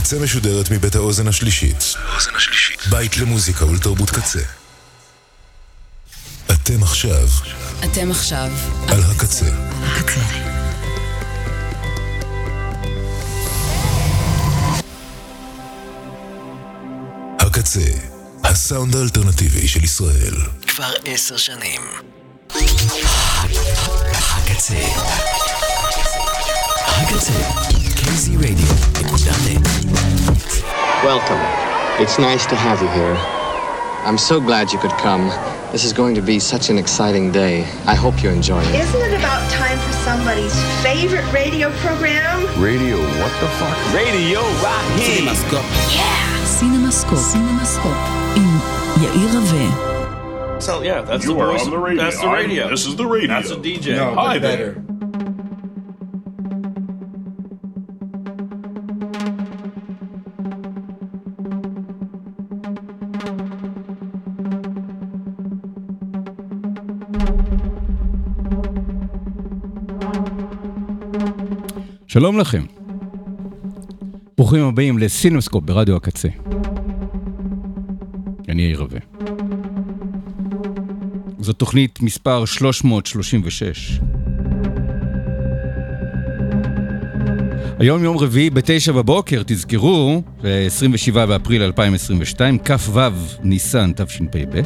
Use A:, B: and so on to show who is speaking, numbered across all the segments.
A: הקצה משודרת מבית האוזן השלישית. בית למוזיקה ולתרבות קצה. אתם עכשיו על הקצה. הקצה, הסאונד האלטרנטיבי של ישראל.
B: כבר 10 שנים. הקצה. KZ Radio.net.
C: Welcome. It's nice to have you here. I'm so glad you could come. This is going to be such an exciting day. I hope you enjoy it.
D: Isn't it about time for somebody's favorite radio program?
E: Radio, what the fuck?
B: Radio Rahi. CinemaScope.
D: Yeah!
F: CinemaScope. עם יאיר רווה.
G: So yeah, that's
E: You
G: the
E: are
G: voice.
E: on the radio.
G: That's the radio.
E: This is the radio.
G: That's a DJ.
E: No,
G: Hi
E: but
G: there.
H: שלום לכם. ברוכים הבאים לסינמסקופ ברדיו הקצה. אני יאיר רווה. זו תוכנית מספר 336. היום יום רביעי ב-9 בבוקר, תזכרו, 27 באפריל 2022, כ"ו ניסן תשפ"ב.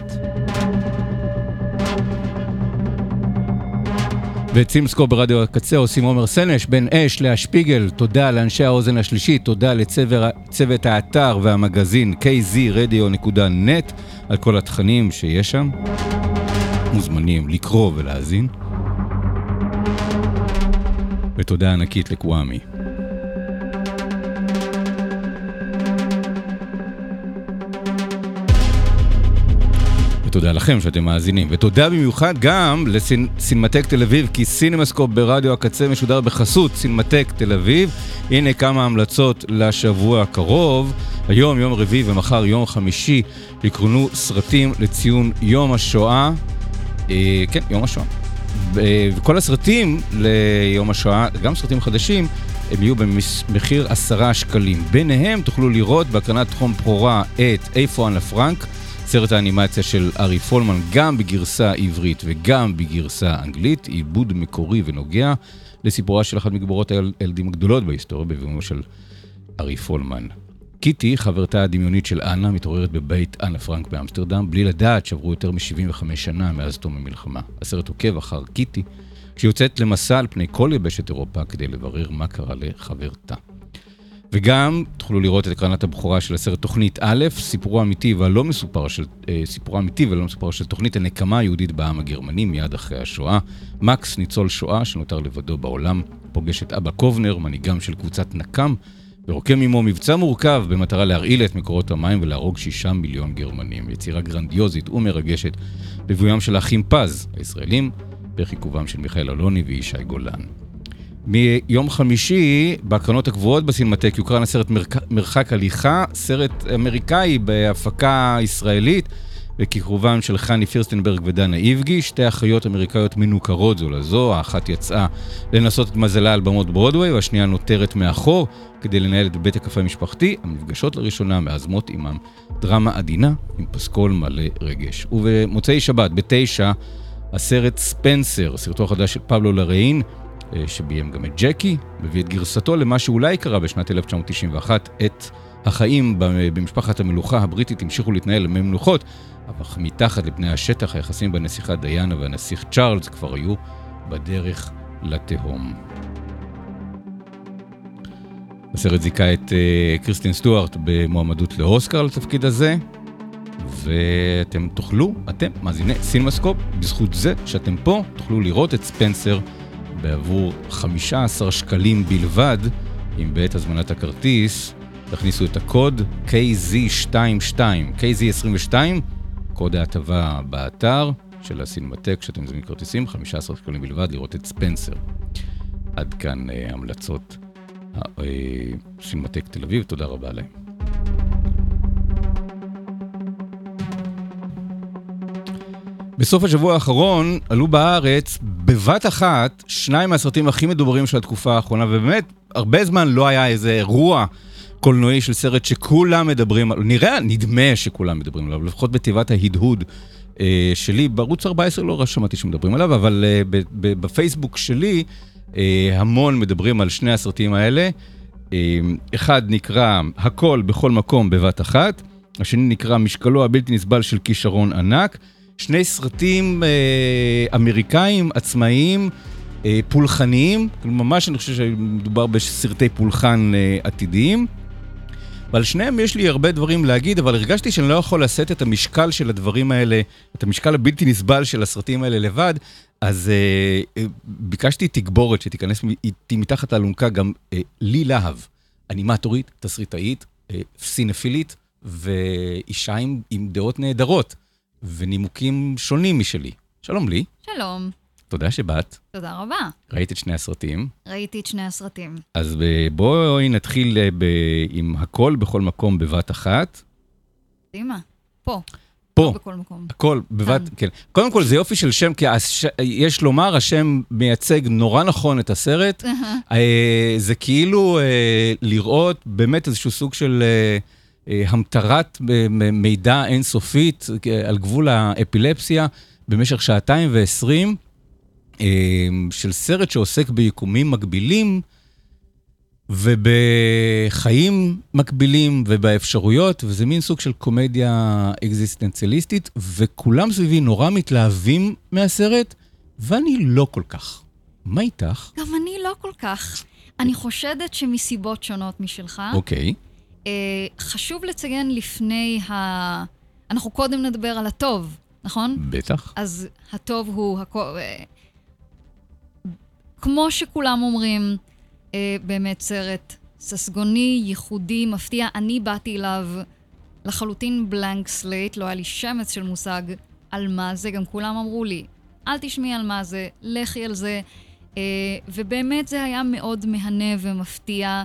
H: ואת סינמסקופ ברדיו הקצה עושים עומר סנש, בן אש, לאה שפיגל, תודה לאנשי האוזן השלישית, תודה לצוות האתר והמגזין kzradio.net על כל התכנים שיש שם. מוזמנים לקרוא ולהאזין. ותודה ענקית לקוואמי. ותודה לכם שאתם מאזינים, ותודה במיוחד גם לסינמטק תל אביב, כי סינמסקופ ברדיו הקצה משודר בחסות סינמטק תל אביב. הנה כמה המלצות לשבוע הקרוב. היום יום רביעי ומחר יום חמישי יקרונו סרטים לציון יום השואה. כן, יום השואה. וכל הסרטים ליום השואה, גם סרטים חדשים, הם יהיו במחיר 10 שקלים. ביניהם תוכלו לראות בהקרנת תחום ברורה את איפה אנה פרנק, סרט האנימציה של ארי פולמן, גם בגרסה עברית וגם בגרסה אנגלית, עיבוד מקורי ונוגע לסיפורה של אחת מגיבורות הילדים הגדולות בהיסטוריה, בבימויו של ארי פולמן. קיטי, חברתה הדמיונית של אנה, מתעוררת בבית אנה פרנק באמסטרדם, בלי לדעת שעברו יותר מ-75 שנה מאז תום המלחמה. הסרט עוקב אחר קיטי, כשיוצאת למסע על פני כל יבשת אירופה כדי לברר מה קרה לחברתה. וגם תוכלו לראות את הקרנת הבכורה של הסרט תוכנית א', סיפורו אמיתי ולא מסופר של תוכנית הנקמה היהודית בעם הגרמני מיד אחרי השואה. מקס, ניצול שואה שנותר לבדו בעולם, פוגש את אבא קובנר, מנהיגם של קבוצת נקם, ורוקם עמו מבצע מורכב במטרה להרעיל את מקורות המים ולהרוג 6 מיליון גרמנים. יצירה גרנדיוזית ומרגשת בבימוים של האחים פז, הישראלים, בחיכובם של מיכאל אלוני וישי גולן. מיום חמישי, בהקרנות הקבועות בסינמטק, יוקרן הסרט מרחק הליכה, סרט אמריקאי בהפקה ישראלית, בכיכובם של חני פירסטנברג ודנה איבגי, שתי אחיות אמריקאיות מנוכרות זו לזו, האחת יצאה לנסות את מזלה על במות ברודווי, והשנייה נותרת מאחור כדי לנהל את בית הקפה המשפחתי. המפגשות לראשונה מאזמות עימם דרמה עדינה עם פסקול מלא רגש. ובמוצאי שבת, ב-9, הסרט ספנסר, סרטו החדש של פבלו לריין, שביים גם את ג'קי, מביא את גרסתו למה שאולי קרה בשנת 1991, את החיים במשפחת המלוכה הבריטית המשיכו להתנהל ממלוכות, אבל מתחת לפני השטח היחסים בנסיכה דיאנה והנסיך צ'ארלס כבר היו בדרך לתהום. הסרט זיכה את קריסטין סטוארט במועמדות לאוסקר לתפקיד הזה, ואתם תוכלו, אתם מאזיני סינמסקופ, בזכות זה שאתם פה, תוכלו לראות את ספנסר בעבור 15 שקלים בלבד. אם בעת הזמנת הכרטיס תכניסו את הקוד KZ22, KZ22, קוד ההטבה באתר של הסינמטק, שאתם מזמינים כרטיסים, 15 שקלים בלבד לראות את ספנסר. עד כאן המלצות סינמטק תל אביב, תודה רבה להם. בסוף השבוע האחרון עלו בארץ בבת אחת 2 מהסרטים הכי מדוברים של התקופה האחרונה, ובאמת הרבה זמן לא היה איזה אירוע קולנועי של סרט שכולם מדברים, נדמה שכולם מדברים עליו, לפחות בתיבת ההדהוד שלי, בערוץ 14 לא שמעתי שמדברים עליו, אבל בפייסבוק שלי המון מדברים על שני הסרטים האלה. אחד נקרא הכל בכל מקום בבת אחת, השני נקרא משקלו הבלתי נסבל של כישרון ענק. שני סרטים אמריקאים, עצמאיים, פולחניים, ממש אני חושב שמדובר בסרטי פולחן עתידיים. ועל שניהם יש לי הרבה דברים להגיד, אבל הרגשתי שאני לא יכול לשאת את המשקל של הדברים האלה, את המשקל הבלתי נסבל של הסרטים האלה לבד, אז ביקשתי תגבורת שתיכנס איתי מתחת לאלונקה גם לי להב, אנימטורית, תסריטאית, סינפילית, ואישה עם דעות נהדרות, ונימוקים שונים משלי. שלום לי.
I: שלום.
H: תודה שבאת.
I: תודה רבה.
H: ראית את שני הסרטים.
I: ראיתי את שני הסרטים.
H: אז בואי נתחיל עם הכל בכל מקום בבת אחת.
I: דימה, פה.
H: פה.
I: בכל מקום.
H: הכל בבת, כן. קודם כל זה יופי של שם, כי יש לומר, השם מייצג נורא נכון את הסרט. זה כאילו לראות באמת איזשהו סוג של המטרת מידע אינסופית על גבול האפילפסיה במשך 2:20. של סרט שעוסק ביקומים מקבילים ובחיים מקבילים ובאפשרויות, וזה מין סוג של קומדיה אקזיסטנציאליסטית, וכולם סביבי נורא מתלהבים מהסרט, ואני לא כל כך. מה איתך?
I: גם אני לא כל כך. אני חושדת שמסיבות שונות משלך.
H: אוקיי.
I: חשוב לציין לפני אנחנו קודם נדבר על הטוב, נכון?
H: בטח.
I: אז הטוב הוא כמו שכולם אומרים, באמת סרט ססגוני, ייחודי, מפתיע. אני באתי אליו לחלוטין בלנק סלייט, לא היה לי שמץ של מושג על מה זה. גם כולם אמרו לי, אל תשמעי על מה זה, לכי על זה. ובאמת זה היה מאוד מהנה ומפתיע.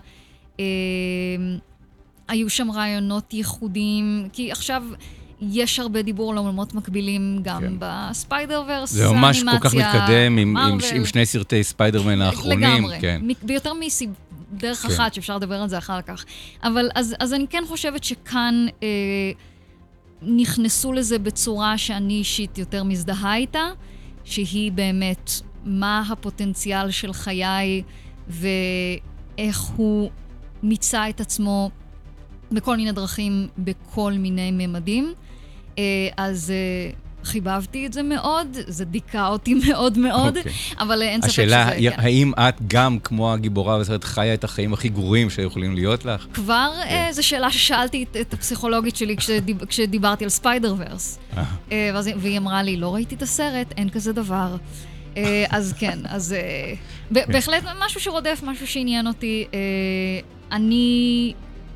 I: היו שם רעיונות ייחודיים, כי עכשיו יש הרבה דיבור על עולמות מקבילים גם בספיידר ורס,
H: זה ממש כל כך מתקדם עם שני סרטי ספיידרמן האחרונים.
I: לגמרי, ביותר דרך אחת שאפשר לדבר על זה אחר כך. אבל אז אני כן חושבת שכאן נכנסו לזה בצורה שאני אישית יותר מזדהה איתה, שהיא באמת מה הפוטנציאל של חיי ואיך הוא מיצה את עצמו בכל מיני דרכים, בכל מיני ממדים. אז חיבבתי את זה מאוד, זה דיכה אותי מאוד מאוד, אבל אין ספק שזה...
H: השאלה, האם את גם כמו הגיבורה בסרט חיה את החיים הכי גרועים שיכולים להיות לך?
I: כבר זו שאלה ששאלתי את הפסיכולוגית שלי כשדיברתי על ספיידר ורס. והיא אמרה לי, לא ראיתי את הסרט, אין כזה דבר. אז כן, אז בהחלט משהו שרודף, משהו שעניין אותי. אני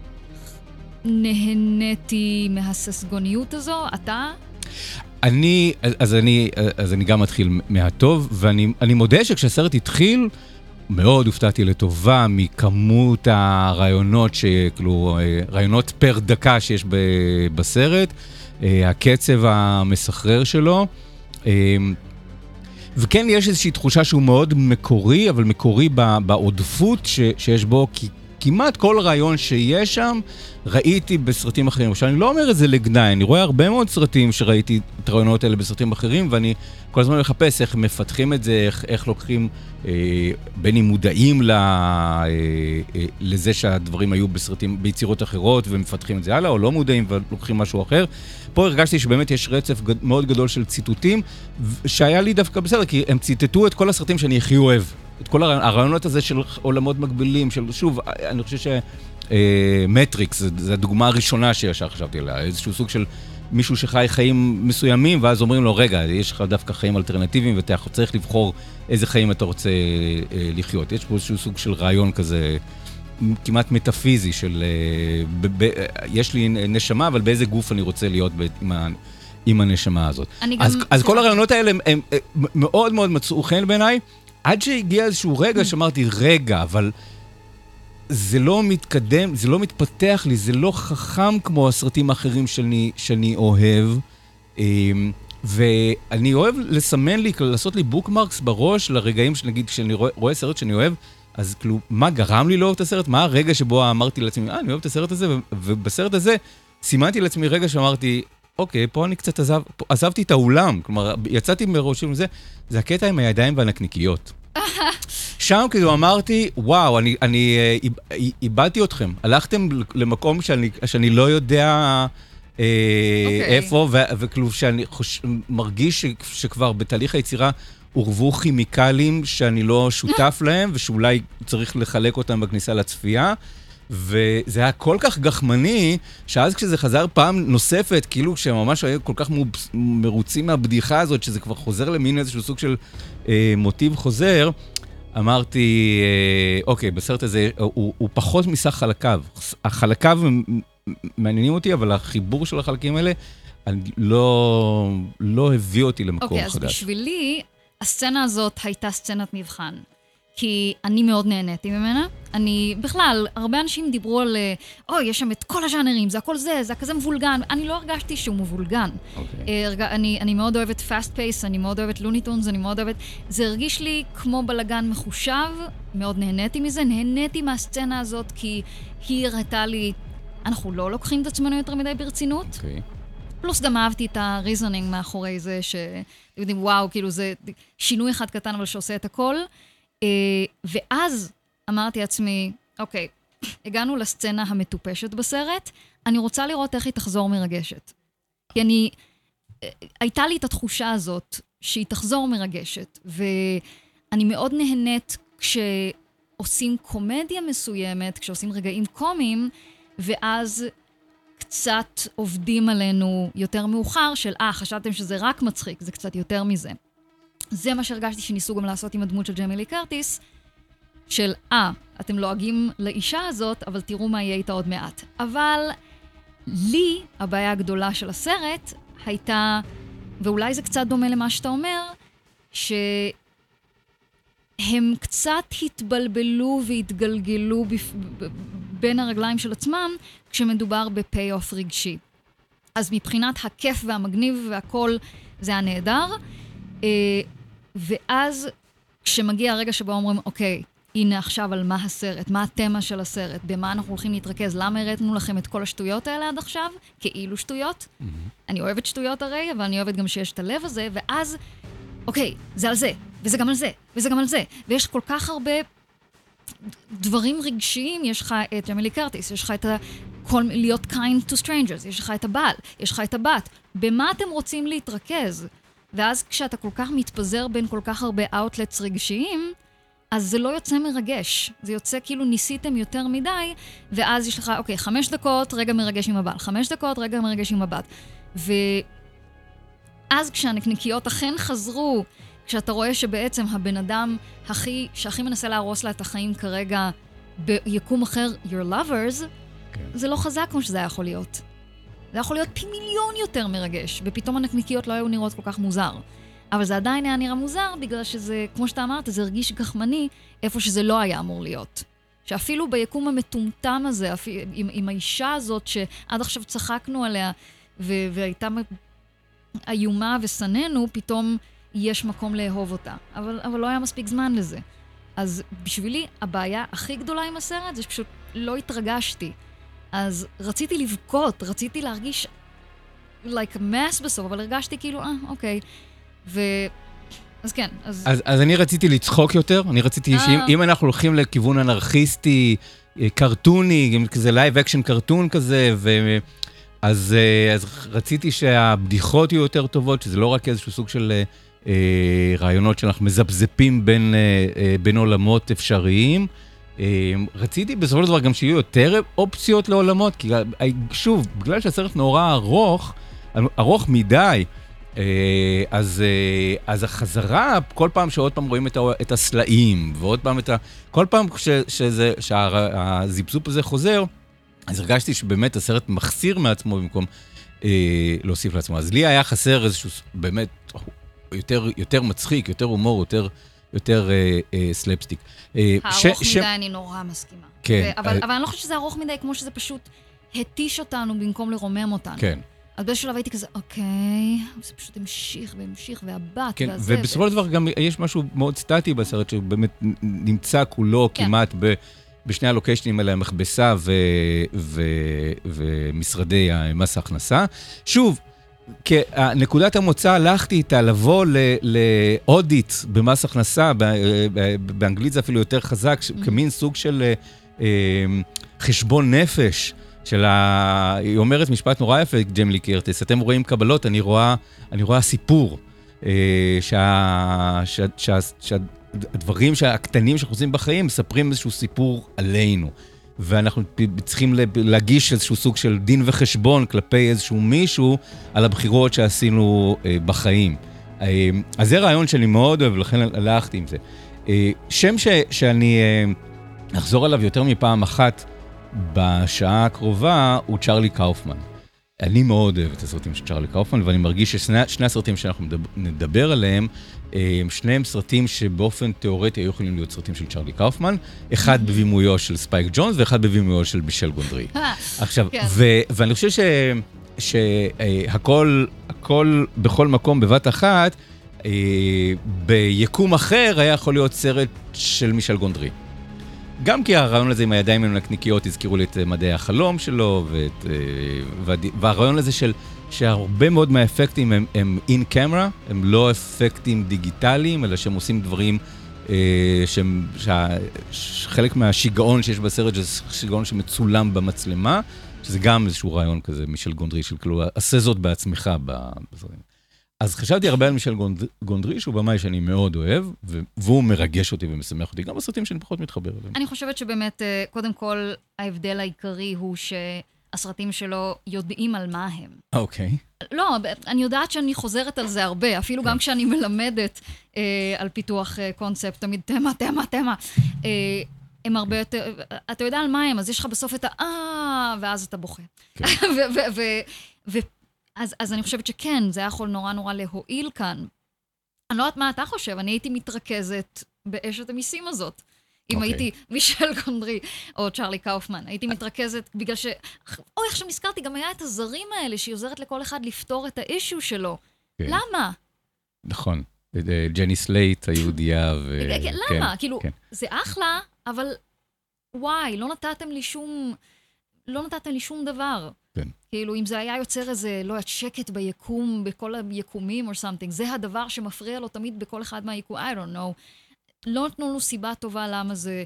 I: נהניתי מהססגוניות הזו, אתה?
H: אז אני גם מתחיל מהטוב, ואני מודה שכשהסרט התחיל, מאוד הופתעתי לטובה מכמות הרעיונות, רעיונות פר דקה שיש בסרט, הקצב המסחרר שלו, וכן יש איזושהי תחושה שהוא מאוד מקורי, אבל מקורי בעודפות שיש בו, כי כמעט כל רעיון שיש שם, ראיתי בסרטים אחרים. עכשיו, אני לא אומר את זה לגנאי, אני רואה הרבה מאוד סרטים שראיתי את הרעיונות האלה בסרטים אחרים, ואני כל הזמן מחפש איך מפתחים את זה, איך לוקחים, בין אם מודעים לזה שהדברים היו בסרטים, ביצירות אחרות, ומפתחים את זה הלאה, או לא מודעים ולוקחים משהו אחר. פה הרגשתי שבאמת יש רצף מאוד גדול של ציטוטים, שהיה לי דווקא בסדר, כי הם ציטטו את כל הסרטים שאני הכי אוהב. את כל הרעיונות הזה של עולמות מקבילים, שוב, אני חושב שמטריקס, זו הדוגמה הראשונה שישר חשבתי עליה, איזשהו סוג של מישהו שחי חיים מסוימים, ואז אומרים לו, רגע, יש לך דווקא חיים אלטרנטיביים, ואתה צריך לבחור איזה חיים אתה רוצה לחיות. יש פה איזשהו סוג של רעיון כזה, כמעט מטאפיזי, של יש לי נשמה, אבל באיזה גוף אני רוצה להיות עם הנשמה הזאת. אז כל הרעיונות האלה הם מאוד מאוד מצאו חן בעיניי, עד שהגיע איזשהו רגע שאמרתי, רגע, אבל זה לא מתקדם, זה לא מתפתח לי, זה לא חכם כמו הסרטים האחרים שאני אוהב, ואני אוהב לסמן לי, לעשות לי בוקמרקס בראש, לרגעים שנגיד, כשאני רואה סרט שאני אוהב, אז כאילו, מה גרם לי לאהוב את הסרט? מה הרגע שבו אמרתי לעצמי, אני אוהב את הסרט הזה, ובסרט הזה סימנתי לעצמי רגע שאמרתי, אוקיי, פה אני קצת עזבתי את האולם, כלומר, יצאתי מראש עם זה, זה הקטע עם הידיים והנקניקיות. שם כאילו אמרתי, וואו, אני איבדתי אתכם, הלכתם למקום שאני לא יודע איפה, וכאילו שאני מרגיש שכבר בתהליך היצירה עורבו כימיקלים שאני לא שותף להם, ושאולי צריך לחלק אותם בכניסה לצפייה, וזה היה כל כך גחמני, שאז כשזה חזר פעם נוספת, כאילו כשממש היו כל כך מרוצים מהבדיחה הזאת, שזה כבר חוזר למין איזשהו סוג של מוטיב חוזר, אמרתי, אוקיי, בסרט הזה הוא פחות מסך חלקיו. החלקיו מעניינים אותי, אבל החיבור של החלקים האלה לא הביא אותי למקום חדש.
I: אוקיי, אז בשבילי, הסצנה הזאת הייתה סצנת מבחן. כי אני מאוד נהניתי ממנה. אני, בכלל, הרבה אנשים דיברו על, יש שם את כל הז'אנרים, זה הכל זה כזה מבולגן. אני לא הרגשתי שהוא מבולגן. אני מאוד אוהבת fast pace, אני מאוד אוהבת לוני טונס, אני מאוד אוהבת... זה הרגיש לי כמו בלגן מחושב, מאוד נהניתי מזה, נהניתי מהסצנה הזאת, כי היא הראתה לי, אנחנו לא לוקחים את עצמנו יותר מדי ברצינות. פלוס גם אהבתי את הריזונינג מאחורי זה, שאתם יודעים, וואו, כאילו זה שינוי אחד קטן, אבל שעושה את הכל. ואז אמרתי לעצמי, אוקיי, הגענו לסצנה המטופשת בסרט, אני רוצה לראות איך היא תחזור מרגשת. כי הייתה לי את התחושה הזאת שהיא תחזור מרגשת, ואני מאוד נהנית כשעושים קומדיה מסוימת, כשעושים רגעים קומיים, ואז קצת עובדים עלינו יותר מאוחר של, חשבתם שזה רק מצחיק, זה קצת יותר מזה. זה מה שהרגשתי שניסו גם לעשות עם הדמות של ג'יימי לי קרטיס, של, אתם לועגים לאישה הזאת, אבל תראו מה יהיה איתה עוד מעט. אבל לי, הבעיה הגדולה של הסרט, הייתה, ואולי זה קצת דומה למה שאתה אומר, שהם קצת התבלבלו והתגלגלו בין הרגליים של עצמם, כשמדובר בפי-אוף רגשי. אז מבחינת הכיף והמגניב והכל, זה היה נהדר, ואז כשמגיע הרגע שבו אומרים, אוקיי, הנה עכשיו על מה הסרט, מה התמה של הסרט, במה אנחנו הולכים להתרכז, למה הראינו לכם את כל השטויות האלה עד עכשיו, כאילו שטויות. אני אוהבת שטויות הרי, אבל אני אוהבת גם שיש את הלב הזה, ואז, אוקיי, זה על זה, וזה גם על זה, וזה גם על זה, ויש כל כך הרבה דברים רגשיים, יש לך את ג'יימי לי קרטיס, יש לך את להיות kind to strangers, יש לך את הבעל, יש לך את הבת, במה אתם רוצים להתרכז? ואז כשאתה כל כך מתפזר בין כל כך הרבה outlets רגשיים, אז זה לא יוצא מרגש. זה יוצא כאילו ניסיתם יותר מדי, ואז יש לך, אוקיי, 5 דקות, רגע מרגש עם הבעל, 5 דקות, רגע מרגש עם הבת. ואז כשהנקניקיות אכן חזרו, כשאתה רואה שבעצם הבן אדם שהכי מנסה להרוס לה את החיים כרגע, ביקום אחר, your lovers, זה לא חזק כמו שזה יכול להיות. זה יכול להיות פי מיליון יותר מרגש, ופתאום הנקניקיות לא היו נראות כל כך מוזר. אבל זה עדיין היה נראה מוזר, בגלל שזה, כמו שאתה אמרת, זה הרגיש גחמני, איפה שזה לא היה אמור להיות. שאפילו ביקום המטומטם הזה, עם האישה הזאת שעד עכשיו צחקנו עליה, והייתה איומה וסננו, פתאום יש מקום לאהוב אותה. אבל לא היה מספיק זמן לזה. אז בשבילי, הבעיה הכי גדולה עם הסרט, זה שפשוט לא התרגשתי. אז רציתי לבכות, רציתי להרגיש like a mess בסוף, אבל הרגשתי כאילו, אוקיי. אז כן,
H: אז אני רציתי לצחוק יותר, אני רציתי שאם אנחנו הולכים לכיוון אנרכיסטי, קרטוני, כזה לייב אקשן קרטון כזה, אז רציתי שהבדיחות יהיו יותר טובות, שזה לא רק איזשהו סוג של רעיונות שאנחנו מזפזפים בין עולמות אפשריים, רציתי בסופו של דבר גם שיהיו יותר אופציות לעולמות, כי שוב, בגלל שהסרט נורא ארוך מדי, אז החזרה, כל פעם שעוד פעם רואים את הסלעים, ועוד פעם כל פעם שהזיפזופ הזה חוזר, אז הרגשתי שבאמת הסרט מחסיר מעצמו במקום להוסיף לעצמו. אז לי היה חסר איזשהו באמת יותר מצחיק, יותר הומור, יותר סלפסטיק.
I: הארוך מדי אני נורא מסכימה. כן. אבל אני לא חושבת שזה ארוך מדי, כמו שזה פשוט התיש אותנו במקום לרומם אותנו.
H: כן.
I: אז בשלב הייתי כזה, אוקיי, זה פשוט המשיך והמשיך, והבת,
H: כן,
I: והזה.
H: ובסופו של דבר גם יש משהו מאוד סטטי בסרט, שבאמת נמצא כולו כמעט בשני הלוקיישנים האלה, המכבסה ומשרדי מס ההכנסה. שוב, כנקודת המוצא הלכתי איתה לבוא לאודיט במס הכנסה, באנגלית זה אפילו יותר חזק, כמין סוג של חשבון נפש, היא אומרת משפט נורא יפה, ג'יימי לי קרטיס, אתם רואים קבלות, אני רואה סיפור, שהדברים הקטנים שאנחנו עושים בחיים מספרים איזשהו סיפור עלינו, ואנחנו צריכים להגיש איזשהו סוג של דין וחשבון כלפי איזשהו מישהו על הבחירות שעשינו בחיים. אז זה רעיון שאני מאוד אוהב, ולכן הלכתי עם זה. שם שאני אחזור עליו יותר מפעם אחת בשעה הקרובה הוא צ'רלי קאופמן. אני מאוד אוהב את הסרטים של צ'רלי קאופמן, ואני מרגיש ששני הסרטים שאנחנו נדבר עליהם, שניהם סרטים שבאופן תיאורטי היו יכולים להיות סרטים של צ'רלי קאופמן, אחד בבימויו של ספייק ג'ונס, ואחד בבימויו של מישל גונדרי. עכשיו, ואני חושב שהכל, בכל מקום, בבת אחת, ביקום אחר היה יכול להיות סרט של מישל גונדרי. גם כי הרעיון הזה עם הידיים הנקניקיות הזכירו לי את מדעי החלום שלו, והרעיון הזה שהרבה מאוד מהאפקטים הם in camera, הם לא אפקטים דיגיטליים, אלא שהם עושים דברים חלק מהשיגעון שיש בסרט, זה שיגעון שמצולם במצלמה, שזה גם איזשהו רעיון כזה, מישל גונדרי, של כאילו, עשה זאת בעצמך בסרטים. אז חשבתי הרבה על מישל גונדרי, שהוא במאי שאני מאוד אוהב, והוא מרגש אותי ומשמח אותי, גם בסרטים שאני פחות מתחבר אליהם.
I: אני חושבת שבאמת, קודם כל, ההבדל העיקרי הוא שהסרטים שלו יודעים על מה הם.
H: אוקיי.
I: לא, אני יודעת שאני חוזרת על זה הרבה, אפילו גם כשאני מלמדת על פיתוח קונספט, תמיד תמה. הם הרבה יותר, אתה יודע על מה הם, אז יש לך בסוף את ואז אתה בוכה. אז אני חושבת שכן, זה יכול נורא להועיל כאן. אני לא יודעת מה אתה חושב, אני הייתי מתרכזת באשת המיסים הזאת. אם הייתי מישל גונדרי או צ'רלי קאופמן, הייתי מתרכזת בגלל עכשיו נזכרתי, גם היה את הזרים האלה שהיא עוזרת לכל אחד לפתור את האישו שלו. למה?
H: נכון. ג'ני סלייט, היהודייה
I: למה? כאילו, זה אחלה, אבל וואי, לא נתתם לי שום דבר. כאילו, אם זה היה יוצר איזה, לא יודעת, שקט ביקום, בכל היקומים או something, זה הדבר שמפריע לו תמיד בכל אחד מהיקום, I don't know. לא נתנו לו סיבה טובה למה זה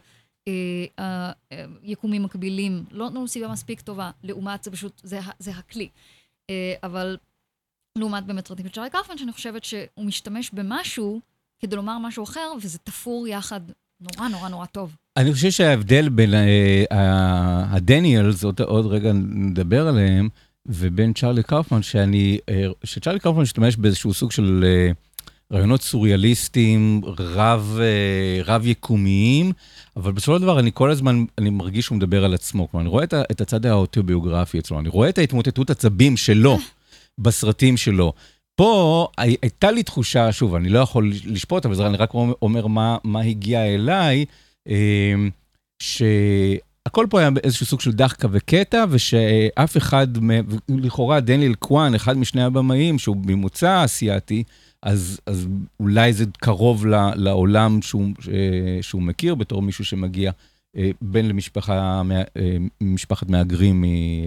I: יקומים מקבילים, לא נתנו לו סיבה מספיק טובה, לעומת זה פשוט, זה הכלי. אבל לעומת באמת סרטים של צ'רלי קאופמן, שאני חושבת שהוא משתמש במשהו כדי לומר משהו אחר, וזה תפור יחד נורא טוב.
H: אני חושב שההבדל בין הדניאלס, עוד רגע נדבר עליהם, ובין צ'רלי קאופמן, שצ'רלי קאופמן משתמש באיזשהו סוג של רעיונות סוריאליסטיים, רב יקומיים, אבל בסופו של דבר כל הזמן אני מרגיש שהוא מדבר על עצמו, כלומר אני רואה את הצד האוטוביוגרפי אצלו, אני רואה את ההתמוטטות עצבים שלו, בסרטים שלו. פה הייתה לי תחושה, שוב, אני לא יכול לשפוט, אבל אני רק אומר מה הגיע אליי, שהכל פה היה איזשהו סוג של דחקה וקטע, ושאף אחד, לכאורה דניאל קואן, אחד משני הבמאים, שהוא ממוצא אסיאתי, אז אולי זה קרוב לעולם שהוא מכיר, בתור מישהו שמגיע בין למשפחת מהגרים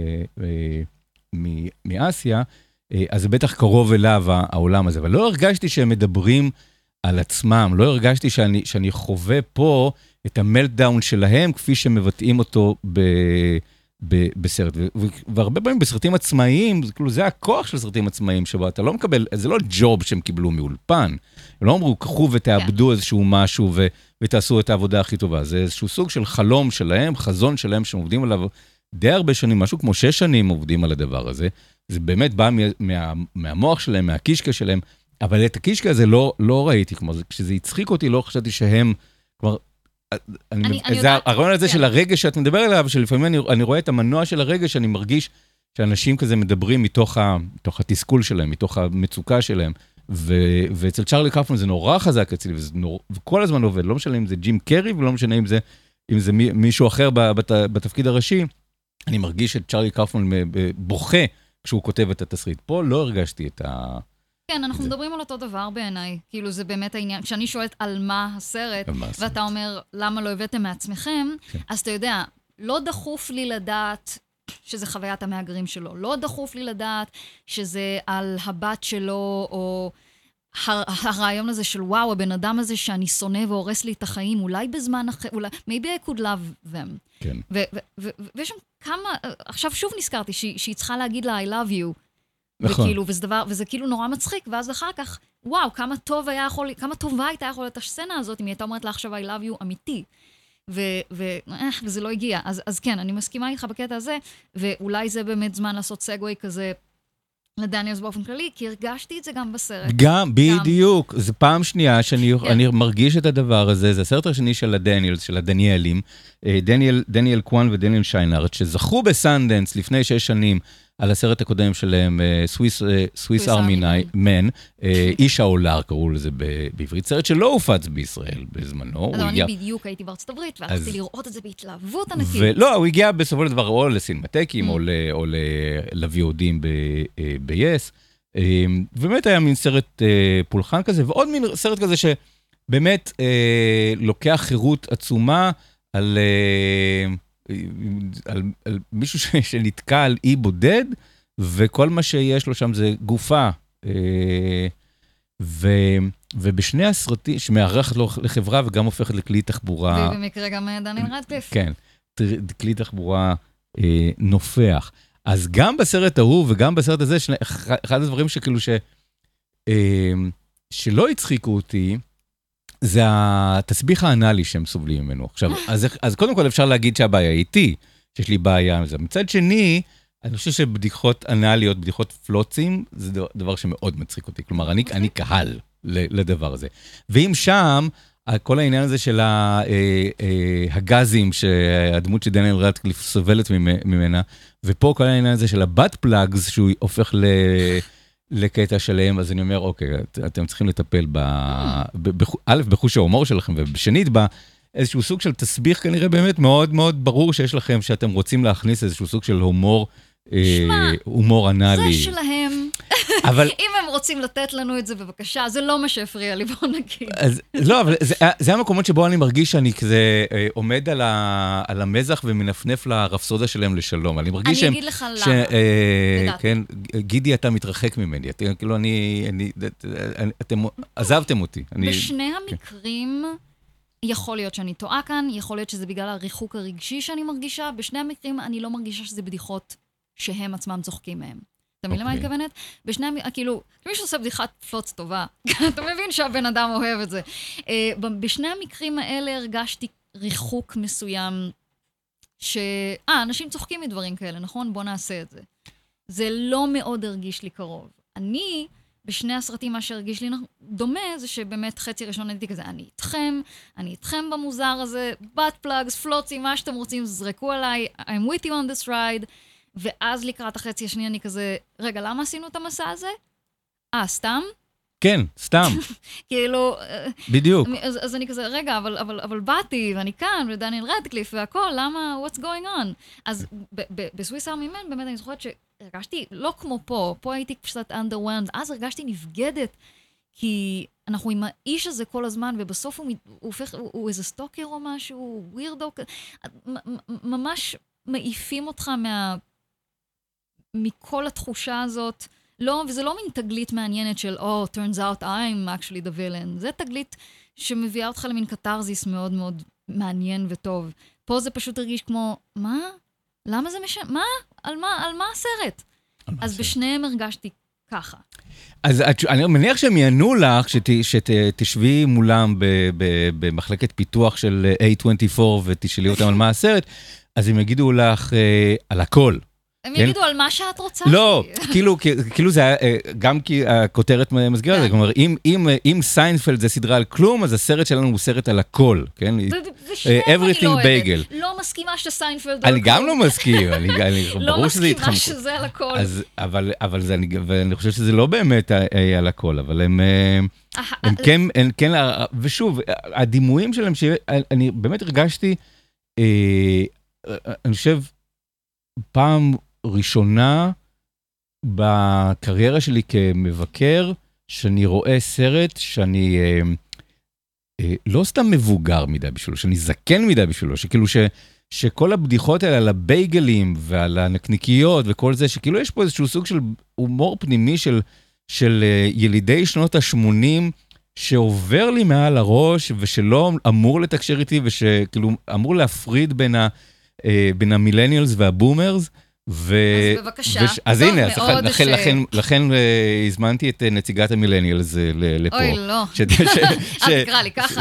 H: מאסיה, אז זה בטח קרוב אליו העולם הזה, אבל לא הרגשתי שהם מדברים על עצמם, לא הרגשתי שאני חווה פה את המלטדאון שלהם, כפי שמבטאים אותו בסרט. והרבה פעמים בסרטים עצמאיים, זה הכוח של סרטים עצמאיים, שבו אתה לא מקבל, זה לא ג'וב שהם קיבלו מאולפן, הם לא אמרו, קחו ותאבדו איזשהו משהו ותעשו את העבודה הכי טובה. זה איזשהו סוג של חלום שלהם, חזון שלהם, שהם עובדים עליו די הרבה שנים, משהו כמו 6 שנים עובדים על הדבר הזה. זה באמת בא מהמוח שלהם, מהקישקה שלהם, אבל את הקישקה הזה לא ראיתי, כמו כשזה הצחיק אותי, לא חשבתי שהם, כבר, הרעיון הזה של הרגש שאת מדבר עליו, שלפעמים אני רואה את המנוע של הרגש, אני מרגיש שאנשים כזה מדברים מתוך התסכול שלהם, מתוך המצוקה שלהם, ואצל צ'רלי קאופמן זה נורא חזק אצלי, וכל הזמן עובד, לא משנה אם זה ג'ים קרי, ולא משנה אם זה מישהו אחר בתפקיד הראשי, אני מרגיש את צ'רלי קאופמן בוכה, כשהוא כותב את התסריט. פה לא הרגשתי את ה...
I: כן, אנחנו מדברים על אותו דבר בעיניי. כאילו, זה באמת העניין. כשאני שואלת על מה הסרט, ואתה אומר, למה לא הבאתם מעצמכם, אז אתה יודע, לא דחוף לי לדעת שזה חוויית המהגרים שלו. לא דחוף לי לדעת שזה על הבת שלו, או הרעיון הזה של וואו, הבן אדם הזה שאני שונא והורס לי את החיים, אולי בזמן אחר, אולי, maybe I could love them.
H: כן.
I: ויש שם כמה, עכשיו שוב נזכרתי שהיא צריכה להגיד לה I love you.
H: נכון.
I: וכאילו, וזה כאילו נורא מצחיק, ואז אחר כך, וואו, כמה טובה הייתה יכולה את הסצנה הזאת, אם היא הייתה אומרת לה עכשיו I love you אמיתי. וזה לא הגיע. אז כן, אני מסכימה איתך בקטע הזה, ואולי זה באמת זמן לעשות סגווי כזה לדניאלס באופן כללי, כי הרגשתי את זה גם בסרט.
H: גם, בדיוק. זו פעם שנייה שאני מרגיש את הדבר הזה, זה הסרט השני של הדניאלס, של הדניאלים, דניאל קואן ודניאל שיינארט, שזכו בסנדנס לפני 6 שנים, על הסרט הקודם שלהם, סוויס ארמי מן, איש העולר קראו לזה בעברית, סרט שלא הופץ בישראל בזמנו.
I: אז אני בדיוק הייתי בארצות הברית, והלכתי לראות את זה בהתלהבות ענקית.
H: לא, הוא הגיע בסופו של דבר או לסינמטקים, או לוויודים ב-yes, ובאמת היה מין סרט פולחן כזה, ועוד מין סרט כזה שבאמת לוקח חירות עצומה על מישהו שנתקע על אי בודד, וכל מה שיש לו שם זה גופה. ובשני הסרטים, שמארחת לו לחברה וגם הופכת לכלי תחבורה.
I: ובמקרה גם דניאל רדקליף.
H: כן, כלי תחבורה נופח. אז גם בסרט ההוא וגם בסרט הזה, אחד הדברים שכאילו שלא הצחיקו אותי, זה התסביך האנלי שהם סובלים ממנו. עכשיו, אז קודם כל אפשר להגיד שהבעיה היא איתי, שיש לי בעיה עם זה. מצד שני, אני חושב שבדיחות אנליות, בדיחות פלוצים, זה דבר שמאוד מצחיק אותי. כלומר, אני קהל לדבר הזה. ואם שם, כל העניין הזה של הגזים, שהדמות שדניאל רדקליף סובלת ממנה, ופה כל העניין הזה של הבת פלאגס, שהוא הופך לקטע שלהם, אז אני אומר, אוקיי, אתם צריכים לטפל א', בחוש ההומור שלכם, ובשנית, באיזשהו סוג של תסביך כנראה באמת מאוד מאוד ברור שיש לכם, שאתם רוצים להכניס איזשהו סוג של הומור אנלי.
I: זה שלהם. אם הם רוצים לתת לנו את זה, בבקשה, זה לא מה שהפריע לי, בוא נגיד.
H: לא, אבל זה המקומות שבו אני מרגיש שאני כזה עומד על המזח ומנפנף לרפסודה שלהם לשלום. אני
I: אגיד לך למה.
H: כן, גידי, אתה מתרחק ממני. כאילו, אתם עזבתם אותי.
I: בשני המקרים יכול להיות שאני טועה כאן, יכול להיות שזה בגלל הריחוק הרגשי שאני מרגישה. בשני המקרים אני לא מרגישה שזה בדיחות שהם עצמם צוחקים מהם. אתה מבין למה אני מתכוונת? כאילו, מי שעושה בדיחת פלוץ טובה, אתה מבין שהבן אדם אוהב את זה. בשני המקרים האלה הרגשתי ריחוק מסוים, אנשים צוחקים מדברים כאלה, נכון? בוא נעשה את זה. זה לא מאוד הרגיש לי קרוב. אני, בשני הסרטים, מה שהרגיש לי דומה, זה שבאמת חצי ראשון הייתי כזה, אני איתכם במוזר הזה, butt plugs, פלוצים, מה שאתם רוצים, זרקו עליי, I'm with you on this ride, ואז לקראת החצי השני אני כזה, רגע, למה עשינו את המסע הזה? סתם?
H: כן, סתם.
I: כאילו...
H: בדיוק.
I: אז אני כזה, רגע, אבל באתי, ואני כאן, ודניאל רדקליף והכל, למה, what's going on? אז בסוויס ארמי מן, באמת אני זוכרת שהרגשתי, לא כמו פה הייתי קצת underwhelmed, אז הרגשתי נבגדת, כי אנחנו עם האיש הזה כל הזמן, ובסוף הוא איזה סטוקר או משהו, ווירדו, ממש מעיפים אותך מכל התחושה הזאת, לא, וזה לא מין תגלית מעניינת של, turns out I'm actually the villain. זה תגלית שמביאה אותך למין קטרזיס מאוד מאוד מעניין וטוב. פה זה פשוט הרגיש כמו, מה? למה זה מה? על מה הסרט? אז בשניהם הרגשתי ככה.
H: אז אני מניח שהם יענו לך שתשבי מולם במחלקת פיתוח של A24 ותשאלי אותם על מה הסרט, אז הם יגידו לך על הכל.
I: הם יגידו על מה שאת רוצה.
H: לא, כאילו זה היה, גם כי הכותרת מסגירה זה, כלומר, אם סיינפלד זה סדרה על כלום, אז הסרט שלנו הוא סרט על הכל, כן? Everything Bagel.
I: לא מסכימה שסיינפלד...
H: אני גם לא מסכים, ברור שזה התחמקות.
I: לא מסכימה שזה על הכל.
H: אבל אני חושב שזה לא באמת על הכל, אבל הם כן, ושוב, הדימויים שלהם, אני באמת הרגשתי, אני חושב, פעם ראשונה בקריירה שלי כמבקר, שאני רואה סרט שאני לא סתם מבוגר מדי בשבילו, שאני זקן מדי בשבילו, שכאילו שכל הבדיחות האלה על הבייגלים ועל הנקניקיות וכל זה, שכאילו יש פה איזשהו סוג של הומור פנימי של ילידי שנות ה-80, שעובר לי מעל הראש, ושלא אמור לתקשר איתי, ושכאילו אמור להפריד בין המילניאלס והבומרס,
I: אז בבקשה.
H: אז הנה, לכן הזמנתי את נציגת המילניאלס לפה.
I: אוי, לא. אל תקרא לי ככה.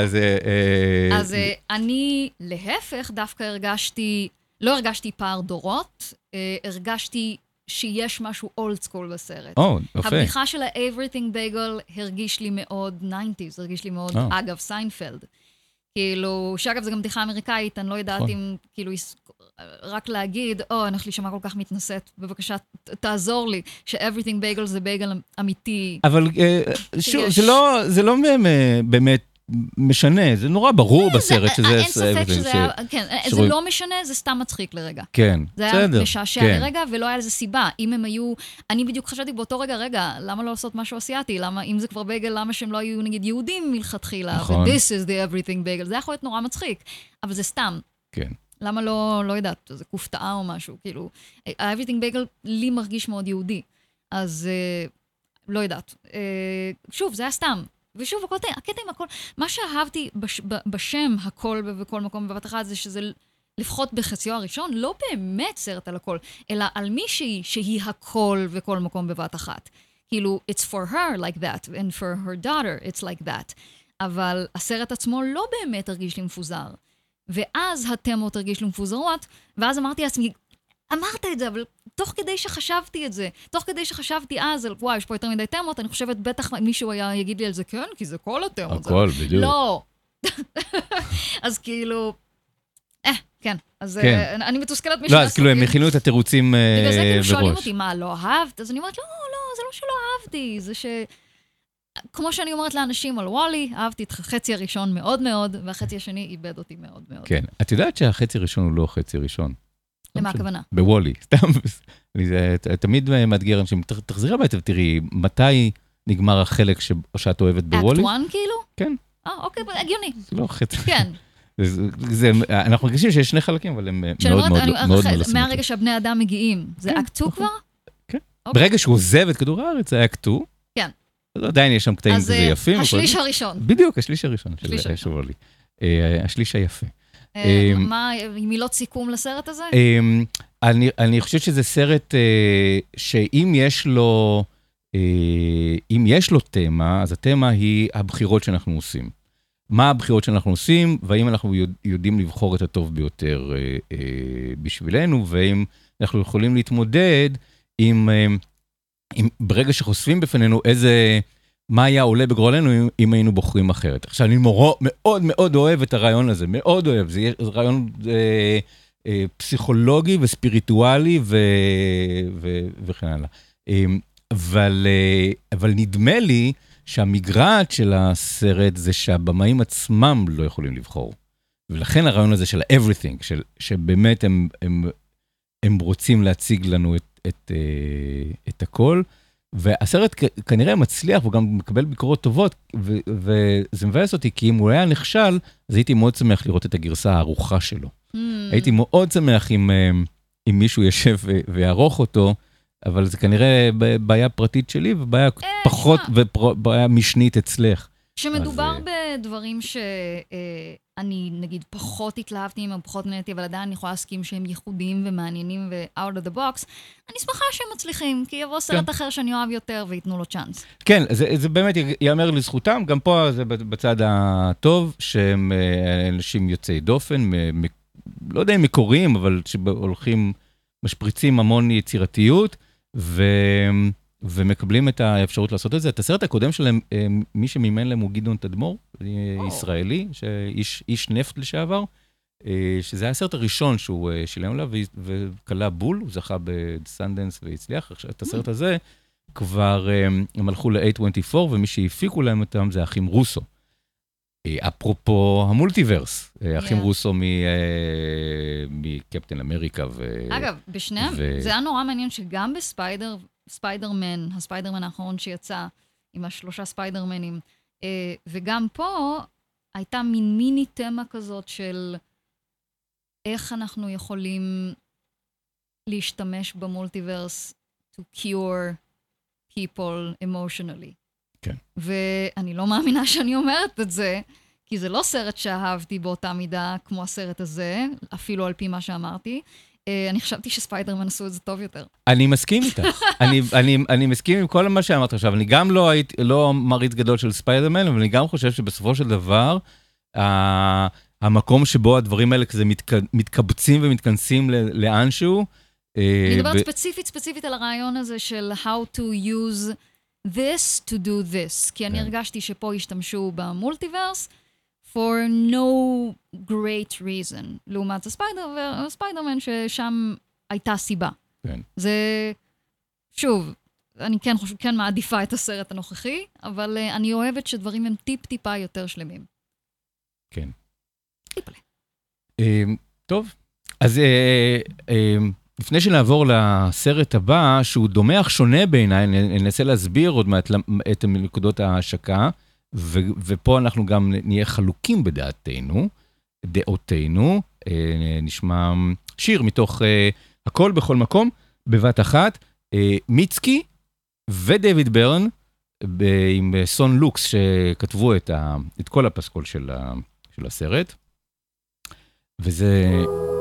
I: אז אני להפך דווקא לא הרגשתי פער דורות, הרגשתי שיש משהו אולד סקול בסרט.
H: יפה.
I: הבדיחה של ה-Everything Bagel הרגיש לי מאוד 90s, הרגיש לי מאוד, אגב, סיינפלד. כאילו, שאגב, זו גם בדיחה אמריקאית, אני לא יודעת אם, כאילו, רק להגיד, אנחנו להישמע כל כך מתנשאת, בבקשה, תעזור לי, ש-Everything Bagel זה בייגל אמיתי.
H: אבל שוב, זה לא באמת משנה, זה נורא ברור בסרט שזה...
I: אין ספק שזה היה, כן, זה לא משנה, זה סתם מצחיק לרגע.
H: כן,
I: בסדר. זה היה משעשע לרגע, ולא היה לזה סיבה. אם הם היו, אני בדיוק חשבתי באותו רגע, למה לא לעשות משהו אסיאתי? למה, אם זה כבר בייגל, למה שהם לא היו, נגיד, יהודים מלכתחילה?
H: נכון.
I: This is the everything bagel. זה יכול להיות נורא מצחיק, אבל זה סתם.
H: כן.
I: למה לא יודעת, זה כופתאה או משהו, כאילו, ה-everything bagel לי מרגיש מאוד יהודי. אז לא יודעת. שוב, זה היה סתם. ושוב, הקטע עם הכל, מה שאהבתי בשם הכל בכל מקום בבת אחת, זה שזה לפחות בחציו הראשון, לא באמת סרט על הכל, אלא על מישהי שהיא הכל וכל מקום בבת אחת. כאילו, it's for her like that, and for her daughter it's like that. אבל הסרט עצמו לא באמת הרגיש לי מפוזר. ואז התמות הרגיש לי מפוזרות, ואז אמרתי לעצמי, אמרת את זה, אבל תוך כדי שחשבתי את זה, תוך כדי שחשבתי אז, וואי, יש פה יותר מדי תמות, אני חושבת, בטח מישהו היה יגיד לי על זה, כן, כי זה כל התמות.
H: הכל, בדיוק.
I: לא. אז כאילו, כן. אז אני מתוסכלת מישהו.
H: לא, אז כאילו הם הכינו את התירוצים בראש.
I: בגלל זה כאילו שואלים אותי, מה, לא אהבת? אז אני אומרת, לא, זה לא שלא אהבתי, זה ש... כמו שאני אומרת לאנשים על וולי, אהבתי את החצי הראשון מאוד מאוד, והחצי השני איבד אותי מאוד מאוד.
H: כן, את יודעת שהחצי הראשון הוא לא חצי ראשון.
I: למה הכוונה?
H: בוולי, סתם. זה תמיד מאתגר אנשים. תחזירי הביתה ותראי, מתי נגמר החלק שאת אוהבת בוולי?
I: אקט 1 כאילו?
H: כן.
I: אוקיי, הגיוני.
H: זה לא חצי.
I: כן.
H: אנחנו מרגישים שיש שני חלקים, אבל הם מאוד מאוד לא עושים.
I: מהרגע שהבני אדם מגיעים, זה אקט 2 כבר?
H: כן. ברגע שהוא עוזב את כדור הארץ, זה אקט 2.
I: כן.
H: עדיין יש שם קטעים כזה יפים.
I: אז השליש הראשון.
H: בדיוק, השליש הראשון של וולי. השליש היפה.
I: מה, מילות סיכום לסרט הזה?
H: אני חושב שזה סרט שאם יש לו תמה, אז התמה היא הבחירות שאנחנו עושים. מה הבחירות שאנחנו עושים, והאם אנחנו יודעים לבחור את הטוב ביותר בשבילנו, והאם אנחנו יכולים להתמודד עם ברגע שחושפים בפנינו מה היה עולה בגורלנו אם היינו בוחרים אחרת. עכשיו, אני מאוד מאוד אוהב את הרעיון הזה, מאוד אוהב. זה רעיון פסיכולוגי וספיריטואלי וכן הלאה. אבל נדמה לי שהמגרעת של הסרט זה שהבמאים עצמם לא יכולים לבחור. ולכן הרעיון הזה של everything, שבאמת הם רוצים להציג לנו את הכל, והסרט כנראה מצליח, והוא גם מקבל ביקורות טובות, וזה מבאס אותי, כי אם הוא היה נכשל, אז הייתי מאוד שמח לראות את הגרסה הארוכה שלו. הייתי מאוד שמח אם מישהו ישב ויערוך אותו, אבל זה כנראה בעיה פרטית שלי, ובעיה פחות, ובעיה משנית אצלך.
I: שמדובר בדברים שאני, נגיד, פחות התלהבתי, או פחות נהניתי, אבל עדיין אני יכולה להסכים שהם ייחודיים ומעניינים ו-out of the box, אני שמחה שהם מצליחים, כי יבוא סרט אחר שאני אוהב יותר, ויתנו לו צ'אנס.
H: כן, זה באמת יאמר לזכותם, גם פה זה בצד הטוב, שהם אנשים יוצאי דופן, לא יודע אם מקוריים, אבל שהולכים, משפריצים המון יצירתיות, ומקבלים את האפשרות לעשות את זה. את הסרט הקודם שלהם, מי שמימן להם הוא גדעון תדמור, ישראלי, איש נפט לשעבר, שזה היה הסרט הראשון שהוא שילם לה, וקלה בול, הוא זכה בסנדנס והצליח. את הסרט הזה כבר הם הלכו ל-A24, ומי שהפיקו להם אותם זה האחים רוסו. אפרופו המולטיברס, אחים רוסו מקפטן אמריקה
I: אגב, בשניהם, זה היה נורא מעניין שגם בספיידרמן, הספיידרמן האחרון שיצא עם 3 ספיידרמנים, וגם פה הייתה מין מיני תמה כזאת של איך אנחנו יכולים להשתמש במולטיברס to cure people emotionally.
H: כן.
I: ואני לא מאמינה שאני אומרת את זה, כי זה לא סרט שאהבתי באותה מידה כמו הסרט הזה, אפילו על פי מה שאמרתי. אני חשבתי שספיידרמן עשו את זה טוב יותר.
H: אני מסכים איתך. אני מסכים עם כל מה שאמרת עכשיו. אני גם לא מריץ גדול של ספיידרמן, אבל אני גם חושב שבסופו של דבר, המקום שבו הדברים האלה כזה מתקבצים ומתכנסים לאנשהו.
I: אני מדברת ספציפית על הרעיון הזה של how to use this to do this, כי אני הרגשתי שפה השתמשו במולטיברס for no great reason, לעומת הספיידרמן ששם הייתה סיבה. זה, שוב, אני כן מעדיפה את הסרט הנוכחי, אבל אני אוהבת שדברים הם טיפה יותר שלמים.
H: כן.
I: טיפלה.
H: טוב, אז לפני שנעבור לסרט הבא, שהוא דומה אך שונה בעיניי, ננסה להסביר עוד מעט את נקודות ההשקה, ופה אנחנו גם נהיה חלוקים דעותינו, נשמע שיר מתוך הכל בכל מקום, בבת אחת, מיצקי ודייוויד ברן, עם סון לוקס, שכתבו את כל הפסקול של הסרט, וזה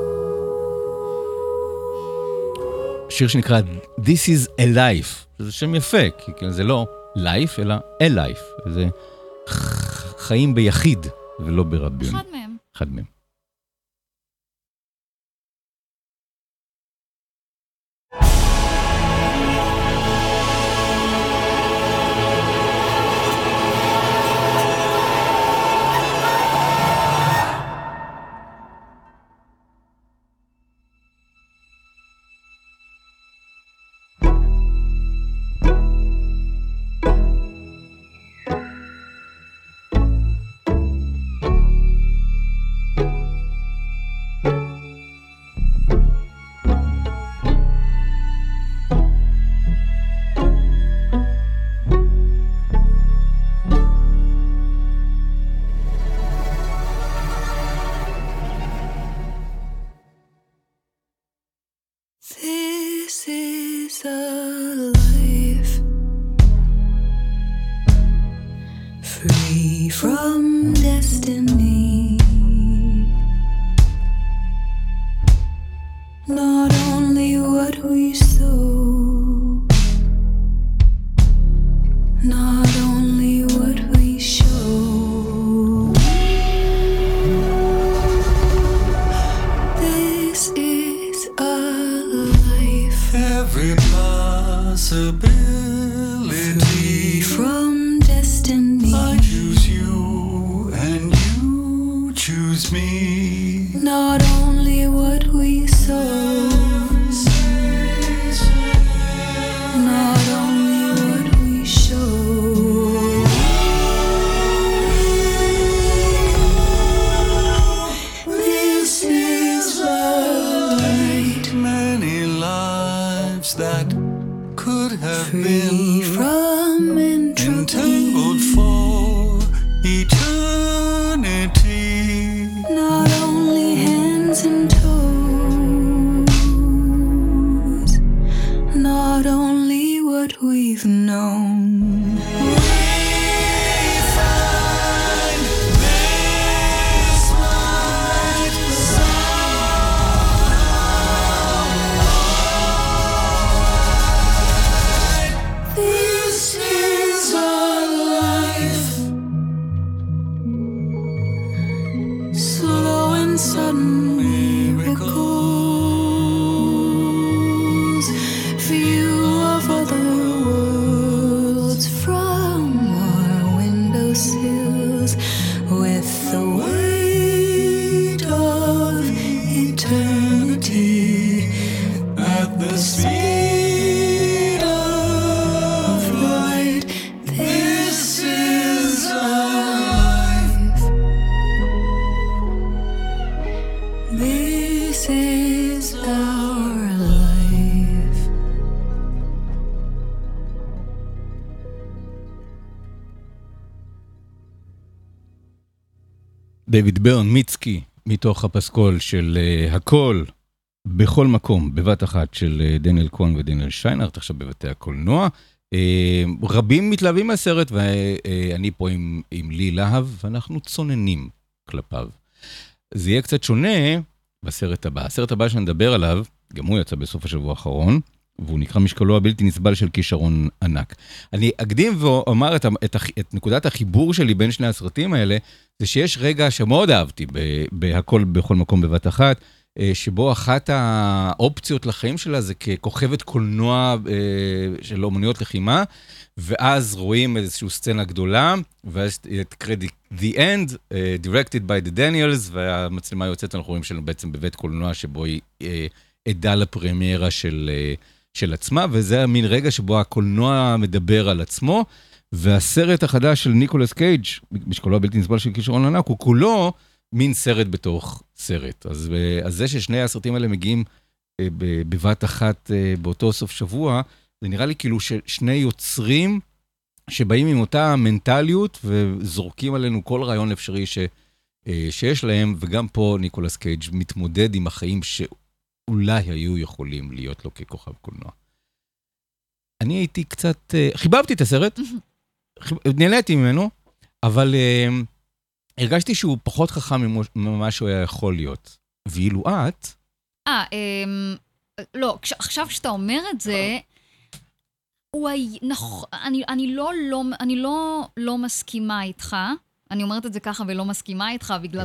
H: שיר שנקרא This is a Life, זה שם יפה, כי זה לא life, אלא a life, זה חיים ביחיד ולא ברבים. אחד מהם.
J: This
H: דיוויד ברן, מיצקי, מתוך הפסקול של הכל, בכל מקום, בבת אחת של דניאל קון ודניאל שיינרט, עכשיו בבתי הקולנוע. רבים מתלהבים מהסרט, ואני פה עם לי להב, ואנחנו צוננים כלפיו. זה יהיה קצת שונה בסרט הבא. הסרט הבא שנדבר עליו, גם הוא יצא בסוף השבוע האחרון, והוא נקרא משקלו הבלתי נסבל של כישרון ענק. אני אקדים ואומר את נקודת החיבור שלי בין שני הסרטים האלה, זה שיש רגע שמאוד אהבתי בהכל בכל מקום בבת אחת, שבו אחת האופציות לחיים שלה זה ככוכבת קולנוע של אומנויות לחימה, ואז רואים איזושהי סצנה גדולה, ואז את קרדיט The End, directed by the Daniels, והמצלמה יוצאת, אנחנו רואים שלנו בעצם בבית קולנוע, שבו היא עדה לפרמיירה של עצמה, וזה המין רגע שבו הקולנוע מדבר על עצמו, והסרט החדש של ניקולס קייג', משקלו הבלתי נסבל של כישרון ענק, הוא כולו מין סרט בתוך סרט. אז זה ששני הסרטים האלה מגיעים בבת אחת באותו סוף שבוע, זה נראה לי כאילו ששני יוצרים שבאים עם אותה מנטליות, וזורקים עלינו כל רעיון אפשרי שיש להם, וגם פה ניקולס קייג' מתמודד עם החיים שאולי היו יכולים להיות לו ככוכב קולנוע. אני הייתי קצת, חיבבתי את הסרט, נהניתי ממנו, אבל הרגשתי שהוא פחות חכם ממה שהוא היה יכול להיות. ואילו את...
I: לא, עכשיו שאתה אומר את זה, אני לא מסכימה איתך, אני אומרת את זה ככה ולא מסכימה איתך, בגלל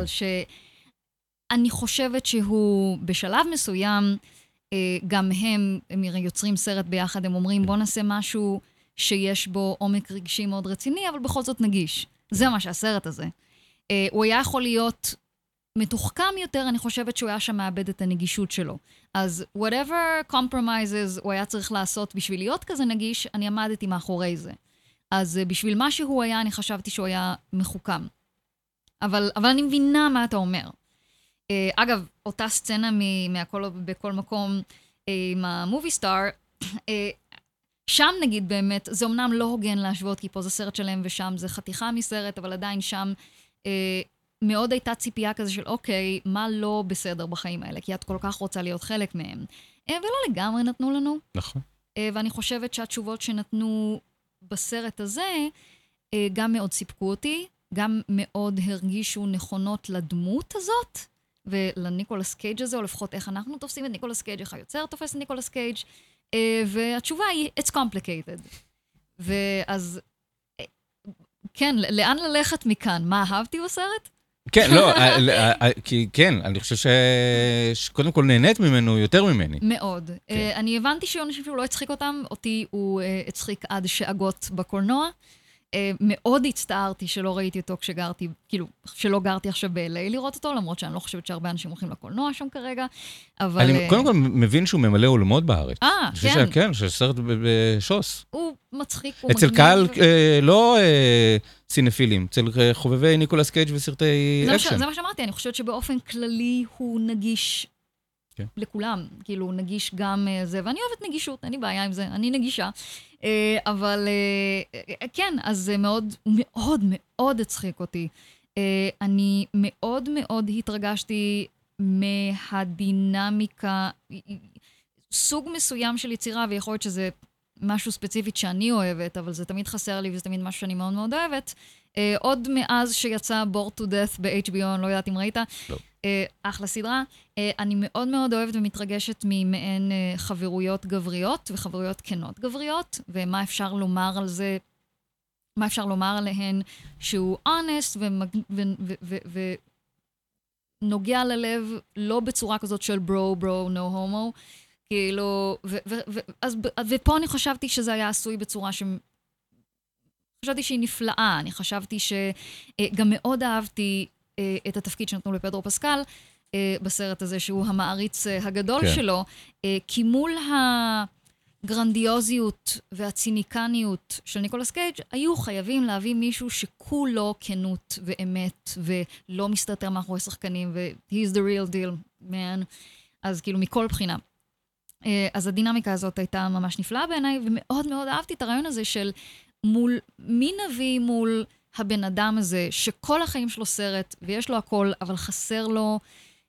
I: שאני חושבת שהוא בשלב מסוים, גם הם יוצרים סרט ביחד, הם אומרים בוא נעשה משהו שיש בו עומק רגשי מאוד רציני, אבל בכל זאת נגיש. זה מה שהסרט הזה. הוא היה יכול להיות מתוחכם יותר, אני חושבת שהוא היה שם מאבד את הנגישות שלו. אז whatever compromises הוא היה צריך לעשות בשביל להיות כזה נגיש, אני עמדתי מאחורי זה. אז בשביל מה שהוא היה, אני חשבתי שהוא היה מחוכם. אבל אני מבינה מה אתה אומר. אגב, אותה סצנה בכל מקום עם המובי סטאר, שם נגיד באמת, זה אמנם לא הוגן להשוות, כי פה זה סרט שלם ושם זה חתיכה מסרט, אבל עדיין שם מאוד הייתה ציפייה כזה של אוקיי, מה לא בסדר בחיים האלה, כי את כל כך רוצה להיות חלק מהם. ולא לגמרי נתנו לנו.
H: נכון.
I: ואני חושבת שהתשובות שנתנו בסרט הזה, גם מאוד סיפקו אותי, גם מאוד הרגישו נכונות לדמות הזאת, ולניקולס קייג' הזה, או לפחות איך אנחנו תופסים את ניקולס קייג', איך היוצר תופס את ניקולס קייג', והתשובה היא, it's complicated. ואז, כן, לאן ללכת מכאן? מה אהבתי בסרט?
H: כן, לא, כי כן, אני חושב שקודם כל נהנית ממנו יותר ממני.
I: מאוד. אני הבנתי שאנשים שהוא לא הצחיק אותם, אותי הוא הצחיק עד שאגות בקולנוע. מאוד הצטערתי שלא ראיתי אותו כשגרתי, כאילו, שלא גרתי עכשיו ב-LA לראות אותו, למרות שאני לא חושבת שהרבה אנשים הולכים לקולנוע שם כרגע, אבל... אני
H: קודם כל מבין שהוא ממלא עולמות בארץ.
I: כן.
H: כן, שסרט בשוס.
I: הוא מצחיק, הוא
H: אצל קהל לא סינפילים, אצל חובבי ניקולס קייג' וסרטי אקשן.
I: זה מה שאמרתי, אני חושבת שבאופן כללי הוא נגיש לכולם, כאילו הוא נגיש גם זה, ואני אוהבת נגישות, אין לי בעיה עם זה, אני נגישה. אבל כן, אז זה מאוד מאוד מאוד הצחיק אותי. אני מאוד מאוד התרגשתי מהדינמיקה, סוג מסוים של יצירה, ויכול להיות שזה משהו ספציפית שאני אוהבת, אבל זה תמיד חסר לי, וזה תמיד משהו שאני מאוד מאוד אוהבת. עוד מאז שיצא Bored to Death ב-HBO, אני לא יודעת אם ראית, אחלה סדרה. אני מאוד מאוד אוהבת ומתרגשת ממעין חברויות גבריות וחברויות כנות גבריות, ומה אפשר לומר על זה, מה אפשר לומר עליהן שהוא honest ונוגע ללב, לא בצורה כזאת של bro, no homo, כאילו, ופה אני חשבתי שזה היה עשוי בצורה חשבתי שהיא נפלאה, אני חשבתי שגם מאוד אהבתי את התפקיד שנתנו לפדרו פסקל בסרט הזה, שהוא המעריץ הגדול שלו, כי מול הגרנדיוזיות והציניקניות של ניקולס קייג' היו חייבים להביא מישהו שכולו כנות ואמת, ולא מסתתר מאחורי שחקנים, ו-he's the real deal, man. אז כאילו מכל בחינה. אז הדינמיקה הזאת הייתה ממש נפלאה בעיניי, ומאוד מאוד אהבתי את הרעיון הזה של מול, מי נביא מול הבן אדם הזה, שכל החיים שלו סרט, ויש לו הכל, אבל חסר לו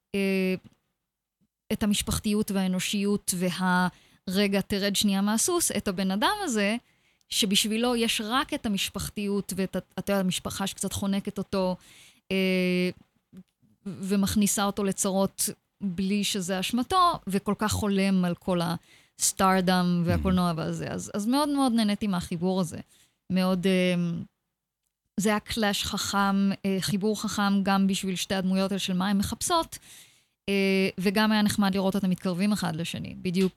I: את המשפחתיות והאנושיות, והרגע תרד שנייה מהסוס, את הבן אדם הזה, שבשבילו יש רק את המשפחתיות, ואת המשפחה שקצת חונקת אותו, ומכניסה אותו לצרות בלי שזה אשמתו, וכל כך חולם על כל הסטארדם והקולנוע והזה. אז מאוד מאוד נהניתי מהחיבור הזה. מאוד, זה היה קלאש חכם, חיבור חכם גם בשביל שתי הדמויות האלה של מה הן מחפשות, וגם היה נחמד לראות אותם מתקרבים אחד לשני. בדיוק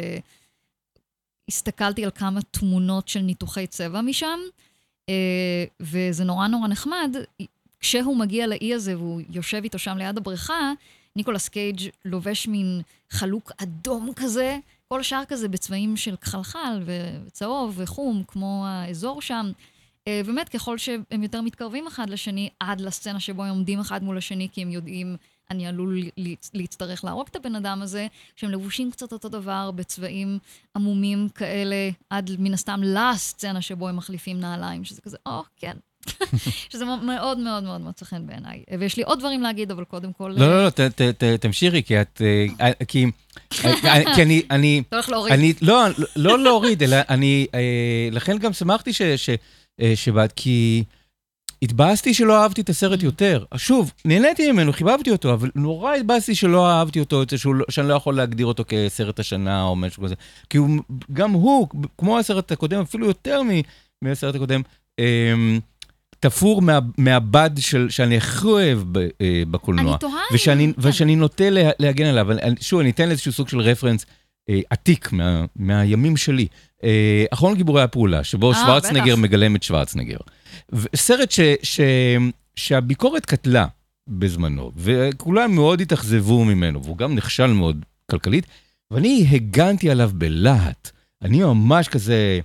I: הסתכלתי על כמה תמונות של ניתוחי צבע משם, וזה נורא נורא נחמד. כשהוא מגיע לאי הזה והוא יושב איתו שם ליד הבריכה, ניקולס קייג' לובש מין חלוק אדום כזה, כל השאר כזה בצבעים של כחלחל וצהוב וחום, כמו האזור שם. באמת, ככל שהם יותר מתקרבים אחד לשני, עד לסצנה שבו הם עומדים אחד מול השני, כי הם יודעים, אני עלול להצטרך להרוג את הבן אדם הזה, שהם לבושים קצת אותו דבר, בצבעים עמומים כאלה, עד מן הסתם לסצנה שבו הם מחליפים נעליים, שזה כזה, כן. שזה מאוד מאוד מאוד מצא חן בעיניי. ויש לי עוד דברים להגיד, אבל קודם כל...
H: לא, תמשיכי, כי אני...
I: אתה הולך להוריד.
H: לא להוריד, אלא אני... לכן גם שמחתי שבאת, כי התבאסתי שלא אהבתי את הסרט יותר. שוב, נהניתי ממנו, חיבבתי אותו, אבל נורא התבאסתי שלא אהבתי אותו, שאני לא יכול להגדיר אותו כסרט השנה או משהו כזה. כי גם הוא, כמו הסרט הקודם, אפילו יותר מהסרט הקודם, תפור מהבד שאני הכי אוהב בקולנוע.
I: אני תוהה.
H: ושאני נוטה להגן עליו. שוב, אני אתן איזשהו סוג של רפרנס עתיק מהימים שלי. אחרון גיבורי הפעולה, שבו שוורצנגר מגלם את שוורצנגר. סרט שהביקורת קטלה בזמנו, וכולם מאוד התאכזבו ממנו, והוא גם נכשל מאוד כלכלית, ואני הגנתי עליו בלהט. אני ממש כזה,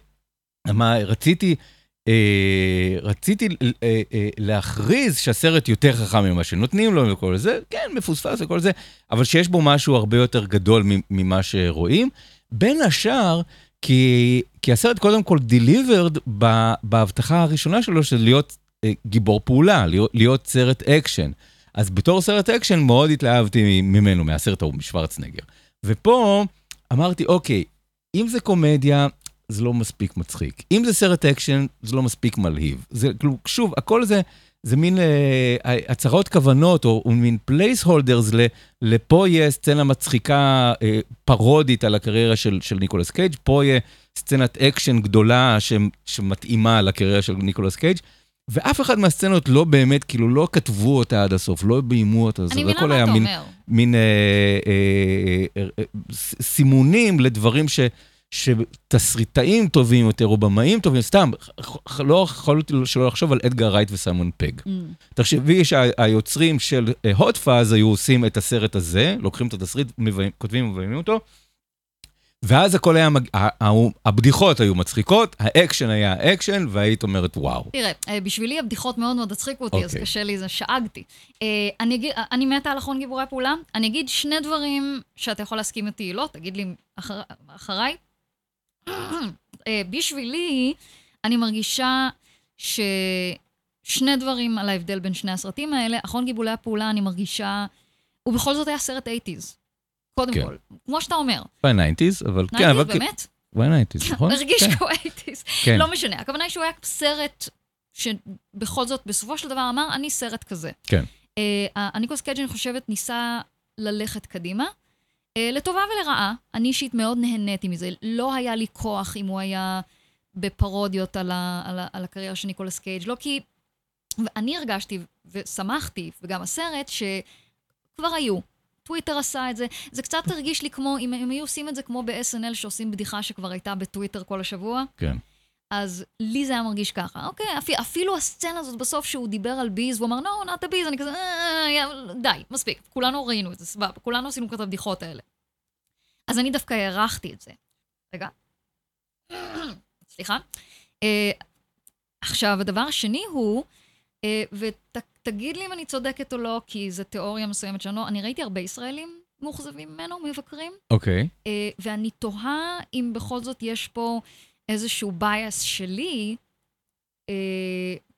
H: רציתי להכריז שהסרט יותר חכם ממה שנותנים לו וכל זה, כן, מפוספס וכל זה, אבל שיש בו משהו הרבה יותר גדול ממה שרואים, בין השאר, כי הסרט קודם כל delivered בהבטחה הראשונה שלו של להיות גיבור פעולה, להיות סרט אקשן. אז בתור סרט אקשן מאוד התלהבתי ממנו, מהסרט ההוא, משוורצנגר. ופה אמרתי, אוקיי, אם זה קומדיה, זה לא מספיק מצחיק. אם זה סרט אקשן, זה לא מספיק מלהיב. שוב, הכל זה מין הצהרות כוונות, או מין פלייסהולדרס, לפה יהיה סצנה מצחיקה פרודית על הקריירה של ניקולס קייג', פה יהיה סצנת אקשן גדולה שמתאימה לקריירה של ניקולס קייג', ואף אחד מהסצנות לא באמת, כאילו לא כתבו אותה עד הסוף, לא ביימו אותה.
I: אני מבינה מה אתה אומר.
H: מין סימונים לדברים שתסריטאים טובים יותר, או במאים טובים, סתם, לא יכולתי שלא לחשוב על אדגר רייט וסיימון פג. תחשבי שהיוצרים של הוט פאז היו עושים את הסרט הזה, לוקחים את התסריט, כותבים ומביימים אותו, ואז הכל היה, הבדיחות היו מצחיקות, האקשן היה אקשן, והיית אומרת וואו.
I: תראה, בשבילי הבדיחות מאוד מאוד הצחיקו אותי, אז קשה לי, זה שאגתי. אני מתה על אחרון גיבורי הפעולה, אני אגיד שני דברים שאתה יכול להסכים איתי, לא, תגיד לי אחריי. בשבילי, אני מרגישה ששני דברים על ההבדל בין שני הסרטים האלה, אחרון גיבורי הפעולה, אני מרגישה, ובכל זאת היה סרט 80s. קודם כל, כמו שאתה אומר.
H: ב-90s, אבל כן, אבל...
I: באמת?
H: ב-90s, נכון?
I: הרגיש כמו 80s. לא משנה, הכוונה היא שהוא היה סרט שבכל זאת, בסופו של דבר אמר, אני סרט כזה.
H: כן.
I: ניקולס קייג' אני חושבת ניסה ללכת קדימה, לטובה ולרעה, אני אישית מאוד נהניתי מזה, לא היה לי כוח אם הוא היה בפרודיות על הקריירה של ניקולס קייג', לא כי אני הרגשתי ושמחתי, וגם הסרט, שכבר היו. טוויטר עשה את זה, זה קצת הרגיש לי כמו, אם הם היו עושים את זה כמו ב-SNL שעושים בדיחה שכבר הייתה בטוויטר כל השבוע,
H: כן.
I: אז לי זה היה מרגיש ככה, אוקיי, אפילו הסצנה הזאת בסוף שהוא דיבר על ביז, והוא אמר, no, not a ביז, אני כזה, די, מספיק, כולנו ראינו את זה, סבבה, כולנו עשינו כת הבדיחות האלה. אז אני דווקא הערכתי את זה. רגע. סליחה. עכשיו, הדבר השני הוא, ותגיד לי אם אני צודקת או לא, כי זו תיאוריה מסוימת שלנו, אני ראיתי הרבה ישראלים מאוכזבים ממנו, מבקרים.
H: אוקיי.
I: ואני תוהה אם בכל זאת יש פה איזשהו בייס שלי,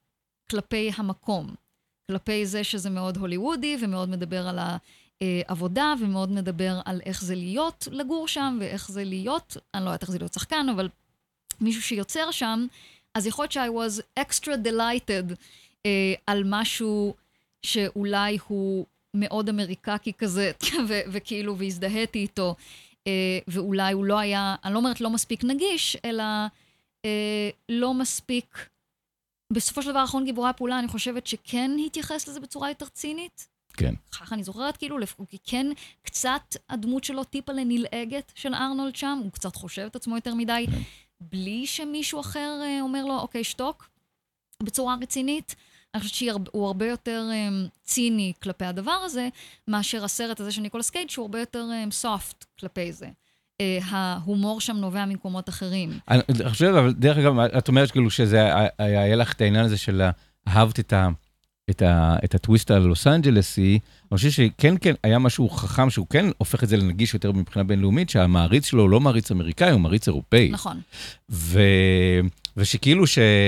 I: כלפי המקום, כלפי זה שזה מאוד הוליוודי, ומאוד מדבר על העבודה, ומאוד מדבר על איך זה להיות לגור שם, ואיך זה להיות, אני לא יודעת איך זה להיות שחקן, אבל מישהו שיוצר שם, אז יכול להיות ש- I was extra delighted על משהו שאולי הוא מאוד אמריקקי כזה, וכאילו, והזדהיתי איתו, ואולי הוא לא היה, אני לא אומרת לא מספיק נגיש, אלא לא מספיק, בסופו של דבר האחרון גיבורי הפעולה, אני חושבת שכן התייחס לזה בצורה יותר צינית.
H: כן.
I: כך אני זוכרת, כאילו, כן, קצת הדמות שלו טיפה לנלעגת של ארנולד שם, הוא קצת חושב את עצמו יותר מדי, בלי שמישהו אחר אומר לו, אוקיי, שתוק, בצורה רצינית. אני חושבת שהוא הרבה יותר ציני כלפי הדבר הזה, מאשר הסרט הזה של ניקולס קייג' שהוא הרבה יותר soft כלפי זה. ההומור שם נובע ממקומות אחרים.
H: אני חושב, אבל דרך אגב, את אומרת כאילו שזה היה לך את העניין הזה של אהבת את הטוויסט הלוס אנג'לסי, אני חושב שכן, כן, היה משהו חכם, שהוא כן הופך את זה לנגיש יותר מבחינה בינלאומית, שהמעריץ שלו הוא לא מעריץ אמריקאי, הוא מעריץ אירופאי.
I: נכון.
H: ושכאילו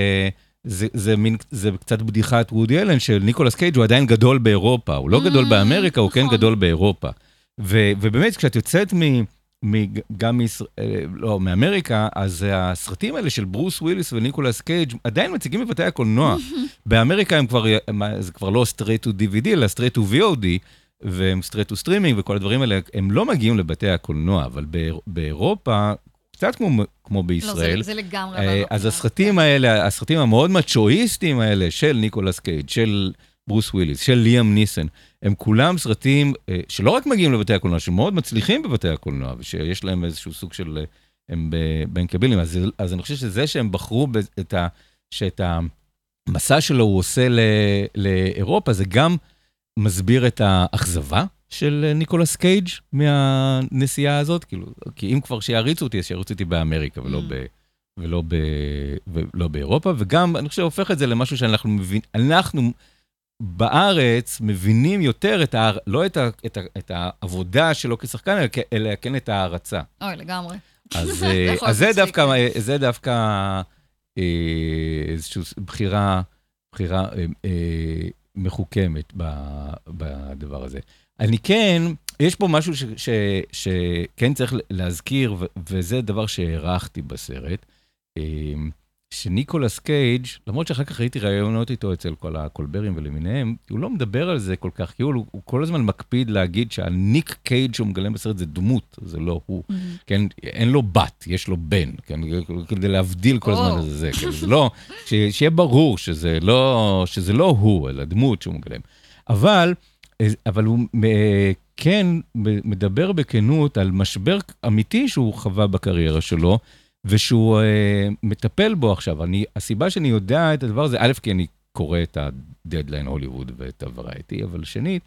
H: זה קצת בדיחת וודי אלן, של ניקולס קייג' הוא עדיין גדול באירופה, הוא לא גדול באמריקה, הוא כן גדול באירופה. ובאמת, כשאת יוצאת גם מאמריקה, אז הסרטים האלה של ברוס וויליס וניקולס קייג' עדיין מציגים בבתי הקולנוע. באמריקה זה כבר לא straight to DVD, אלא straight to VOD, והם straight to streaming וכל הדברים האלה, הם לא מגיעים לבתי הקולנוע, אבל באירופה, קצת כמו בישראל,
I: לא, זה לגמרי.
H: אז הסרטים האלה, הסרטים המאוד מצ'ואיסטיים האלה, של ניקולס קייג', של ברוס וויליס, של ליאם ניסן, הם כולם סרטים שלא רק מגיעים לבתי הקולנוע, שמאוד מצליחים בבתי הקולנוע, ושיש להם איזשהו סוג של, הם בנקבילים, אז אני חושב שזה שהם בחרו שאת המסע שלו הוא עושה לאירופה, זה גם מסביר את האכזבה של ניקולס קייג' מהנסיעה הזאת, כאילו, כי אם כבר שיעריצו אותי, אז שיעריצו אותי באמריקה, ולא באירופה, וגם אני חושב הופך את זה למשהו שאנחנו מבינים, אנחנו בארץ מבינים יותר לא את העבודה שלו כשחקן, אלא כן את ההרצה.
I: אוי, לגמרי.
H: אז זה דווקא איזושהי בחירה מחוכמת בדבר הזה. אני כן, יש פה משהו שכן צריך להזכיר, וזה דבר שהערכתי בסרט, שניקולס קייג', למרות שאחר כך ראיתי רעיונות איתו אצל כל הקולברים ולמיניהם, הוא לא מדבר על זה כל כך, כי הוא כל הזמן מקפיד להגיד שהניק קייג' שהוא מגלם בסרט זה דמות, זה לא הוא. כן, אין לו בת, יש לו בן, כן, כדי להבדיל כל הזמן הזה, כן, זה לא, שיהיה ברור שזה לא הוא, אלא דמות שהוא מגלם. אבל הוא כן מדבר בכנות על משבר אמיתי שהוא חווה בקריירה שלו, ושהוא מטפל בו עכשיו. הסיבה שאני יודע את הדבר הזה, א', כי אני קורא את הדדליין הוליווד ואת הוורייטי, אבל שנית,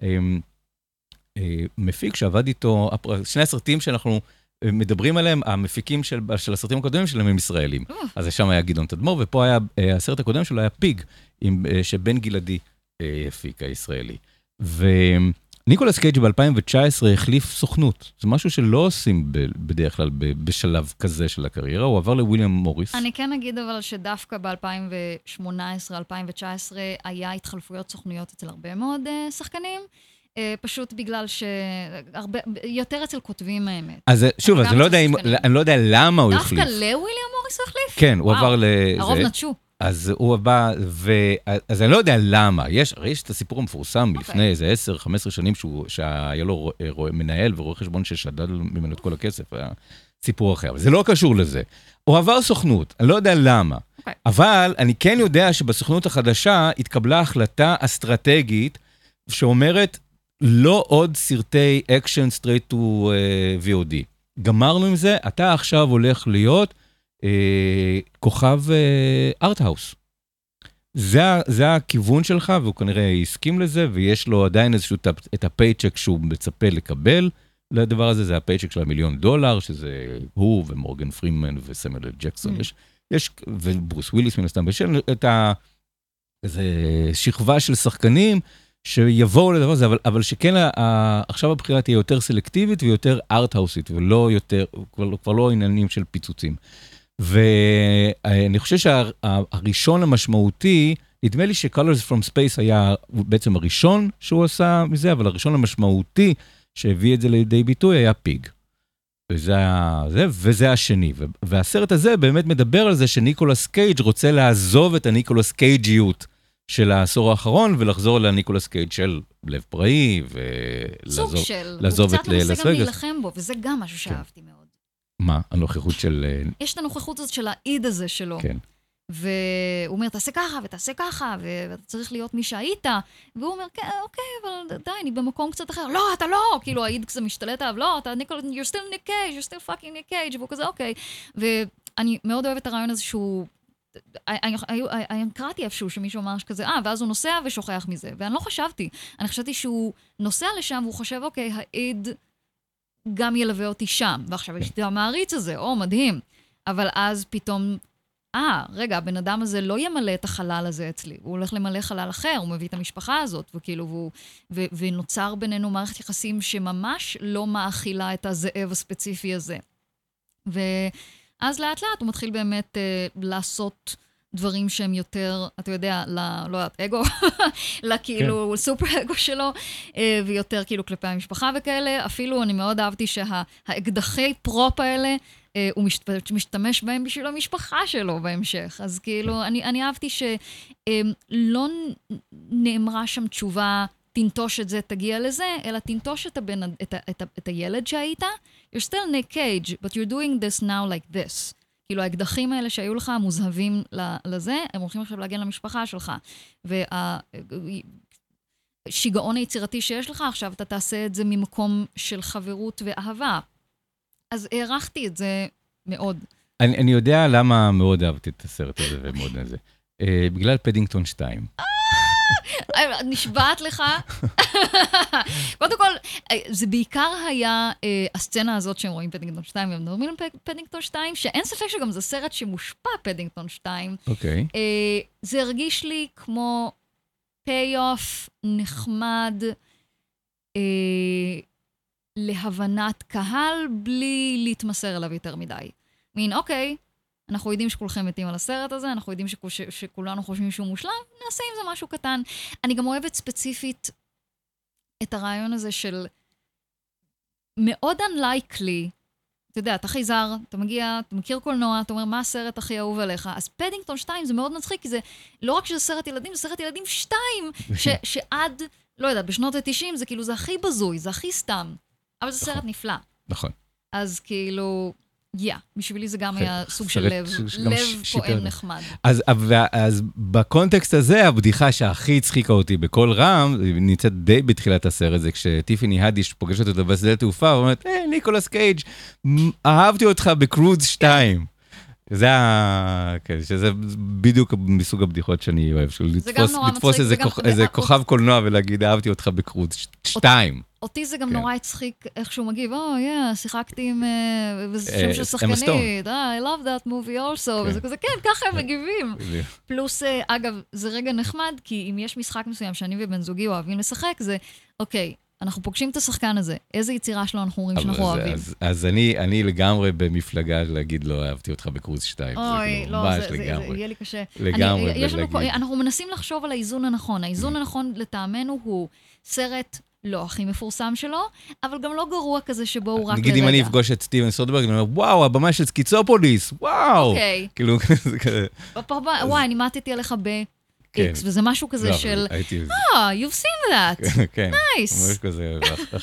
H: מפיק שעבד איתו, שני הסרטים שאנחנו מדברים עליהם, המפיקים של הסרטים הקודמים שלהם הם ישראלים. אז שם היה גדעון תדמור, ופה היה, הסרט הקודם שלו היה פיג, שבן גלעדי הפיק הישראלי. ניקולס קייג' ב-2019 החליף סוכנות. זה משהו שלא עושים בדרך כלל בשלב כזה של הקריירה, הוא עבר לוויליאם מוריס.
I: אני כן אגיד אבל שדווקא ב-2018-2019 היה התחלפויות סוכנויות אצל הרבה מאוד שחקנים, פשוט בגלל יותר אצל כותבים האמת.
H: אז שוב, אני לא יודע למה הוא החליף.
I: דווקא לוויליאם מוריס הוא החליף?
H: כן, הוא עבר
I: הרוב נטשו.
H: אז הוא בא, אז אני לא יודע למה, הרי יש את הסיפור המפורסם לפני איזה 10-15 שנים, שהיה לו מנהל ורואה חשבון ששדד ממנו את כל הכסף, היה סיפור אחר, אבל זה לא קשור לזה. הוא עבר סוכנות, אני לא יודע למה, אבל אני כן יודע שבסוכנות החדשה התקבלה החלטה אסטרטגית, שאומרת, לא עוד סרטי אקשן סטרייט טו VOD. גמרנו עם זה, אתה עכשיו הולך להיות כוכב ארט-האוס. זה הכיוון שלך, והוא כנראה הסכים לזה, ויש לו עדיין איזשהו את הפייצ'ק שהוא מצפה לקבל לדבר הזה, זה הפייצ'ק של $1,000,000, שזה הוא ומורגן פרימן וסמואל ג'קסון, וברוס וויליס מן הסתם, ויש את איזו שכבה של שחקנים שיבואו לדבר הזה, אבל שכן עכשיו הבחירה תהיה יותר סלקטיבית ויותר ארט-האוסית, ולא יותר, כבר לא עניינים של פיצוצים. ואני חושב שהראשון המשמעותי נדמה לי ש-Colors from Space היה בעצם הראשון שהוא עשה מזה, אבל הראשון המשמעותי שהביא את זה לידי ביטוי היה פיג. וזה השני. והסרט הזה באמת מדבר על זה שניקולס קייג' רוצה לעזוב את הניקולס קייג'יות של העשור האחרון, ולחזור לניקולס קייג' של לב פראי,
I: סוג של,
H: הוא
I: קצת מנסה גם להילחם בו, וזה גם משהו שאהבתי מאוד.
H: מה? הנוכחות של...
I: יש את הנוכחות הזאת של העיד הזה שלו.
H: כן.
I: והוא אומר, תעשה ככה ותעשה ככה, ואתה צריך להיות מי שהיית. והוא אומר, כן, אוקיי, אבל די, אני במקום קצת אחר. לא, אתה לא! כאילו, העיד כזה משתלט עליו, לא, אתה ניקולס, you're still Nick Cage, you're still fucking Nick Cage, והוא כזה, אוקיי. ואני מאוד אוהבת את הרעיון הזה שהוא... אני קראתי איפשהו שמישהו אמר שכזה, ואז הוא נוסע ושוכח מזה. ואני לא חשבתי. אני חשבתי שהוא נוסע לשם, והוא חושב, אוקיי, העיד גם ילווה אותי שם. ועכשיו יש את המעריץ הזה, מדהים. אבל אז פתאום, רגע, הבן אדם הזה לא ימלא את החלל הזה אצלי. הוא הולך למלא חלל אחר, הוא מביא את המשפחה הזאת, וכאילו, ונוצר בינינו מערכת יחסים שממש לא מאכילה את הזאב הספציפי הזה. אז לאט לאט הוא מתחיל באמת לעשות דברים שהם יותר, אתה יודע, לא יודעת, אגו, לכאילו סופר אגו שלו, ויותר כאילו כלפי המשפחה וכאלה. אפילו אני מאוד אהבתי שהאקדחי פרופ האלה, הוא משתמש בהם בשביל המשפחה שלו בהמשך. אז כאילו, אני אהבתי שלא נאמרה שם תשובה, תנטוש את זה, תגיע לזה, אלא תנטוש את הילד שהיית. You're still Nick Cage, but you're doing this now like this. כאילו, האקדחים האלה שהיו לך מוזהבים לזה, הם הולכים עכשיו להגן למשפחה שלך. והשיגעון היצירתי שיש לך, עכשיו אתה תעשה את זה ממקום של חברות ואהבה. אז הערכתי את זה מאוד. אני
H: יודע למה מאוד אהבתי את הסרט הזה ומאוד נזה. בגלל פדינגטון 2.
I: נשבעת לך. קודם כל, זה בעיקר היה הסצנה הזאת שהם רואים פדינגטון 2, והם מדברים על פדינגטון 2, שאין ספק שגם זה סרט שמושפע פדינגטון 2.
H: אוקיי.
I: זה הרגיש לי כמו פי-אוף נחמד להבנת קהל, בלי להתמסר אליו יותר מדי. אוקיי, אנחנו יודעים שכולכם מתים על הסרט הזה, אנחנו יודעים שכולנו חושבים שהוא מושלם, נעשה עם זה משהו קטן. אני גם אוהבת ספציפית את הרעיון הזה של מאוד unlikely, אתה יודע, אתה חייזר, אתה מגיע, אתה מכיר קולנוע, אתה אומר, מה הסרט הכי אהוב עליך? אז פדינגטון 2 זה מאוד מצחיק, כי זה לא רק שזה סרט ילדים, זה סרט ילדים 2, שעד, לא יודע, בשנות ה-90 זה כאילו, זה הכי בזוי, זה הכי סתם, אבל זה סרט נפלא.
H: נכון.
I: אז כאילו... בשבילי זה גם היה סוג של לב פועם נחמד.
H: אז בקונטקסט הזה, הבדיחה שהכי הצחיקה אותי בכל רם, נמצאת די בתחילת הסרט, זה כשטיפני הדיש פוגשת אותה בשדה התעופה, ואומרת, ניקולס קייג', אהבתי אותך בקרוז 2. שזה בדיוק מסוג הבדיחות שאני אוהב, לתפוס איזה כוכב קולנוע ולהגיד, אהבתי אותך בקרוז 2.
I: אותי זה גם נורא הצחיק איך שהוא מגיב, שיחקתי עם שם של שחקנית, I love that movie also, וזה כזה, כן, ככה הם מגיבים. פלוס, אגב, זה רגע נחמד, כי אם יש משחק מסוים שאני ובן זוגי אוהבים לשחק, זה, אוקיי, אנחנו פוגשים את השחקן הזה, איזה יצירה שלו אנחנו רואים שאנחנו אוהבים.
H: אז אני לגמרי במפלגה להגיד, לא אהבתי אותך בקרוז 2.
I: אוי, לא, זה יהיה לי קשה.
H: לגמרי.
I: אנחנו מנסים לחשוב על האיזון הנכון. האיזון הנכון לטעמנו הוא סרט לא הכי מפורסם שלו, אבל גם לא גרוע כזה שבו הוא רק לרגע.
H: נגיד אם אני אפגוש את סטיבן סודברג, אני אומר, וואו, הבמה של סקיצופוליס, וואו.
I: אוקיי.
H: כאילו, זה כזה.
I: וואי, אני מתתי עליך X, וזה משהו כזה של, you've seen that.
H: כן.
I: Nice.
H: ממש כזה,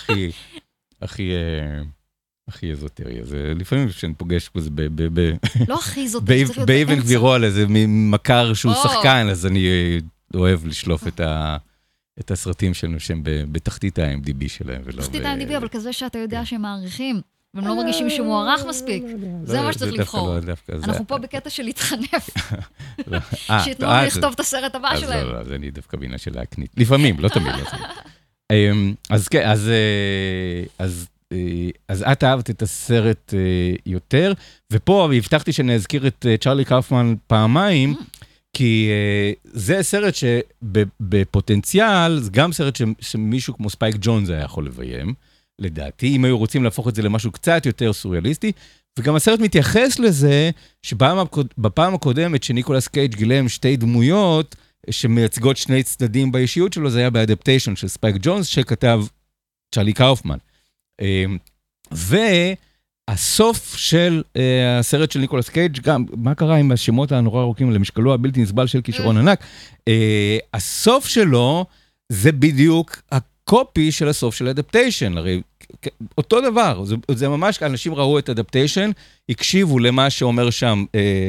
H: הכי אזוטרי. זה לפעמים כשאני פוגש כזה
I: לא הכי אזוטרי,
H: באבן גבירו על איזה מכר שהוא שחקן, אז אני אוהב לשלוף את הסרטים שלנו שהם בתחתית ה-IMDb שלהם.
I: תחתית ה-IMDb, אבל כזה שאתה יודע שהם מעריכים, והם לא מרגישים שהוא מוערך מספיק. זה מה שצריך לבחור. אנחנו פה בקטע של להתחנף. שיתנו לי לכתוב את הסרט הבא שלהם.
H: לא, זה אני דווקא בינה של להקנית. לפעמים, לא תמיד. אז כן, אז את אהבת את הסרט יותר, ופה הבטחתי שנזכיר את צ'רלי קאופמן פעמיים, כי זה סרט שבפוטנציאל, זה גם סרט שמישהו כמו ספייק ג'ונס היה יכול לביים, לדעתי, אם היו רוצים להפוך את זה למשהו קצת יותר סוריאליסטי, וגם הסרט מתייחס לזה, שבפעם הקודמת שניקולס קייג' גילם שתי דמויות, שמייצגות שני צדדים באישיות שלו, זה היה באדפטיישן של ספייק ג'ונס, שכתב צ'רלי קאופמן. והסוף של הסרט של ניקולס קייג', גם מה קרה עם השמות הנורא ארוכים למשקלו הבלתי נסבל של כישרון ענק, הסוף שלו זה בדיוק הקופי של הסוף של אדפטיישן, הרי אותו דבר, זה ממש, אנשים ראו את אדפטיישן, הקשיבו למה שאומר שם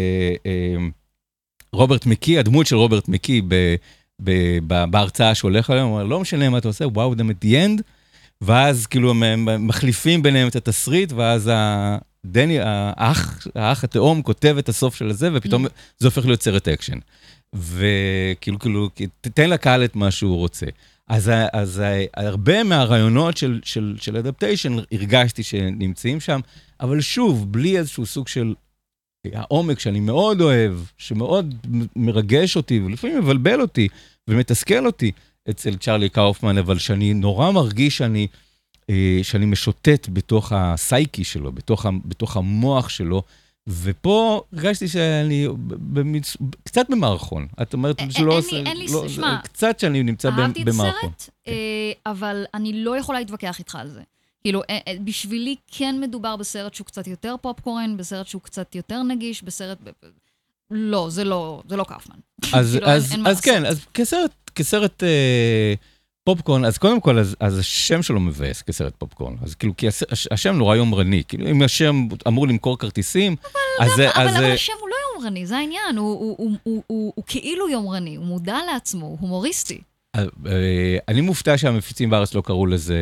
H: רוברט מקי, הדמות של רוברט מקי בהרצאה שהולך עליהם, הוא אומר, לא משנה מה אתה עושה, וואו, them at the end, ואז כאילו הם מחליפים ביניהם את התסריט, ואז דני, האח התאום כותב את הסוף של זה, ופתאום זה הופך להיות סרט אקשן. וכאילו, תתן לקהל את מה שהוא רוצה. אז הרבה מהרעיונות של אדפטיישן הרגשתי שנמצאים שם, אבל שוב, בלי איזשהו סוג של העומק שאני מאוד אוהב, שמאוד מרגש אותי, ולפעמים מבלבל אותי, ומתסכל אותי אצל צ'רלי קאופמן, אבל שאני נורא מרגיש שאני משוטט בתוך הסייקי שלו, בתוך המוח שלו, ופה הרגשתי שאני קצת במערכון. את אומרת שלא עושה...
I: אין לי, שמע,
H: קצת שאני נמצא במערכון.
I: אהבתי את הסרט, אבל אני לא יכולה להתווכח איתך על זה. כאילו, בשבילי כן מדובר בסרט שהוא קצת יותר פופקורן, בסרט שהוא קצת יותר נגיש, בסרט... לא, זה לא קאופמן.
H: אז כן, אז כסרט פופקורן, אז קודם כל, אז השם שלו מבאס כסרט פופקורן. אז כאילו, כי השם נורא יומרני. כאילו, אם השם אמור למכור כרטיסים,
I: אבל השם הוא לא יומרני, זה העניין. הוא כאילו יומרני, הוא מודע לעצמו, הוא הומוריסטי.
H: אני מופתע שהמפיצים בארץ לא קראו לזה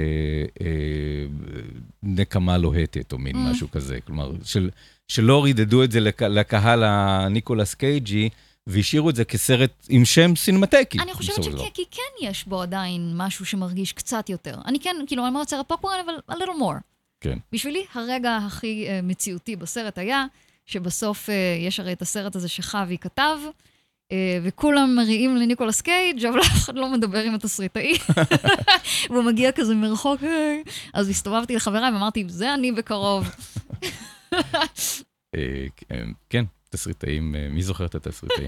H: נקמה לוהטת, או מין משהו כזה. כלומר, שלא רידדו את זה לקהל הניקולס קייג'י, והשאירו את זה כסרט עם שם סינמטקי.
I: אני חושבת שכי כן יש בו עדיין משהו שמרגיש קצת יותר. אני כן, כאילו, אני אומרת סרט פופקורן, אבל a little more.
H: כן.
I: בשבילי, הרגע הכי מציאותי בסרט היה, שבסוף יש הרי את הסרט הזה שחווי כתב, וכולם מריעים לניקולס קייג', אבל אף אחד לא מדבר עם התסריטאי. והוא מגיע כזה מרחוק, אז הסתובבתי לחבריי ואמרתי, זה אני בקרוב.
H: כן. תסריטאים, מי זוכר את התסריטאים?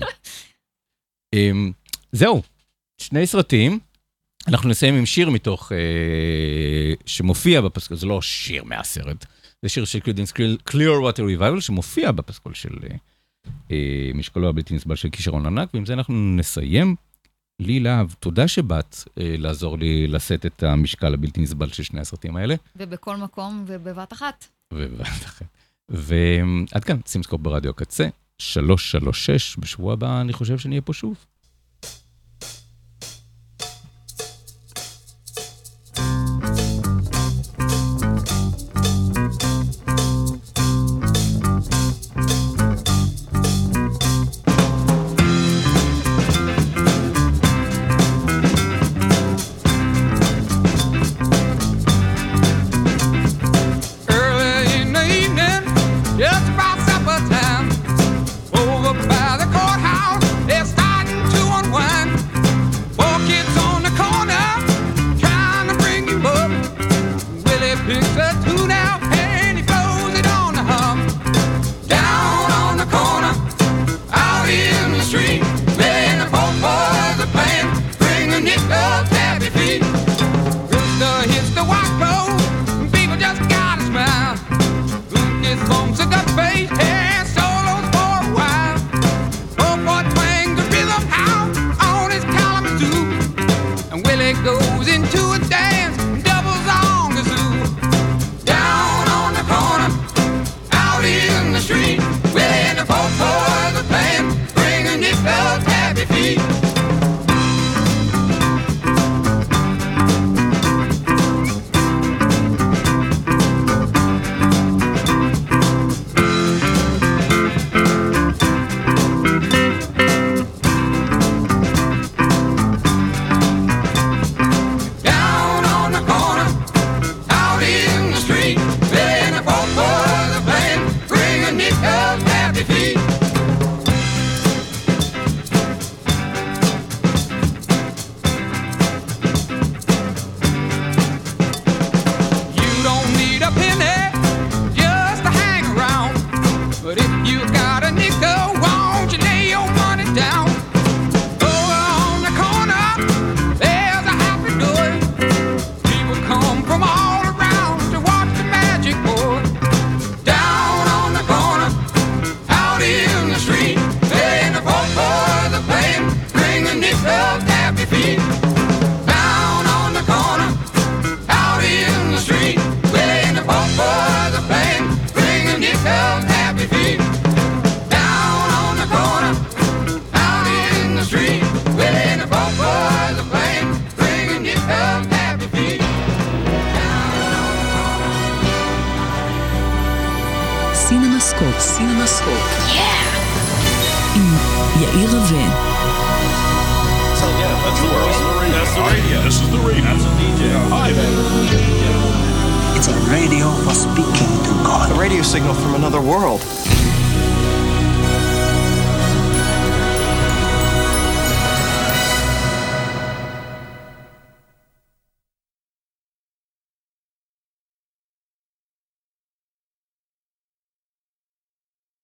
H: זהו, 2 סרטים, אנחנו נסיים עם שיר מתוך, שמופיע בפסקול, זה לא שיר מהסרט, זה שיר של Clearwater Revival, שמופיע בפסקול של משקלו הבלתי נסבל של כישרון ענק, ועם זה אנחנו נסיים. לי להב, תודה שבאת לעזור לי לשאת את המשקל הבלתי נסבל של 2 הסרטים האלה.
I: ובכל מקום ובבת אחת.
H: ועד כאן, סימסקופ ברדיו הקצה, 336, בשבוע הבא אני חושב שנהיה פה שוב.
J: Just about supper time, over by the courthouse, they're starting
F: סינמסקופ. עם יאיר רווה.
G: So yeah, that's the world. That's the radio. This is the radio. That's a DJ. Hi there.
B: It's a radio for speaking to God.
C: A radio signal from another world.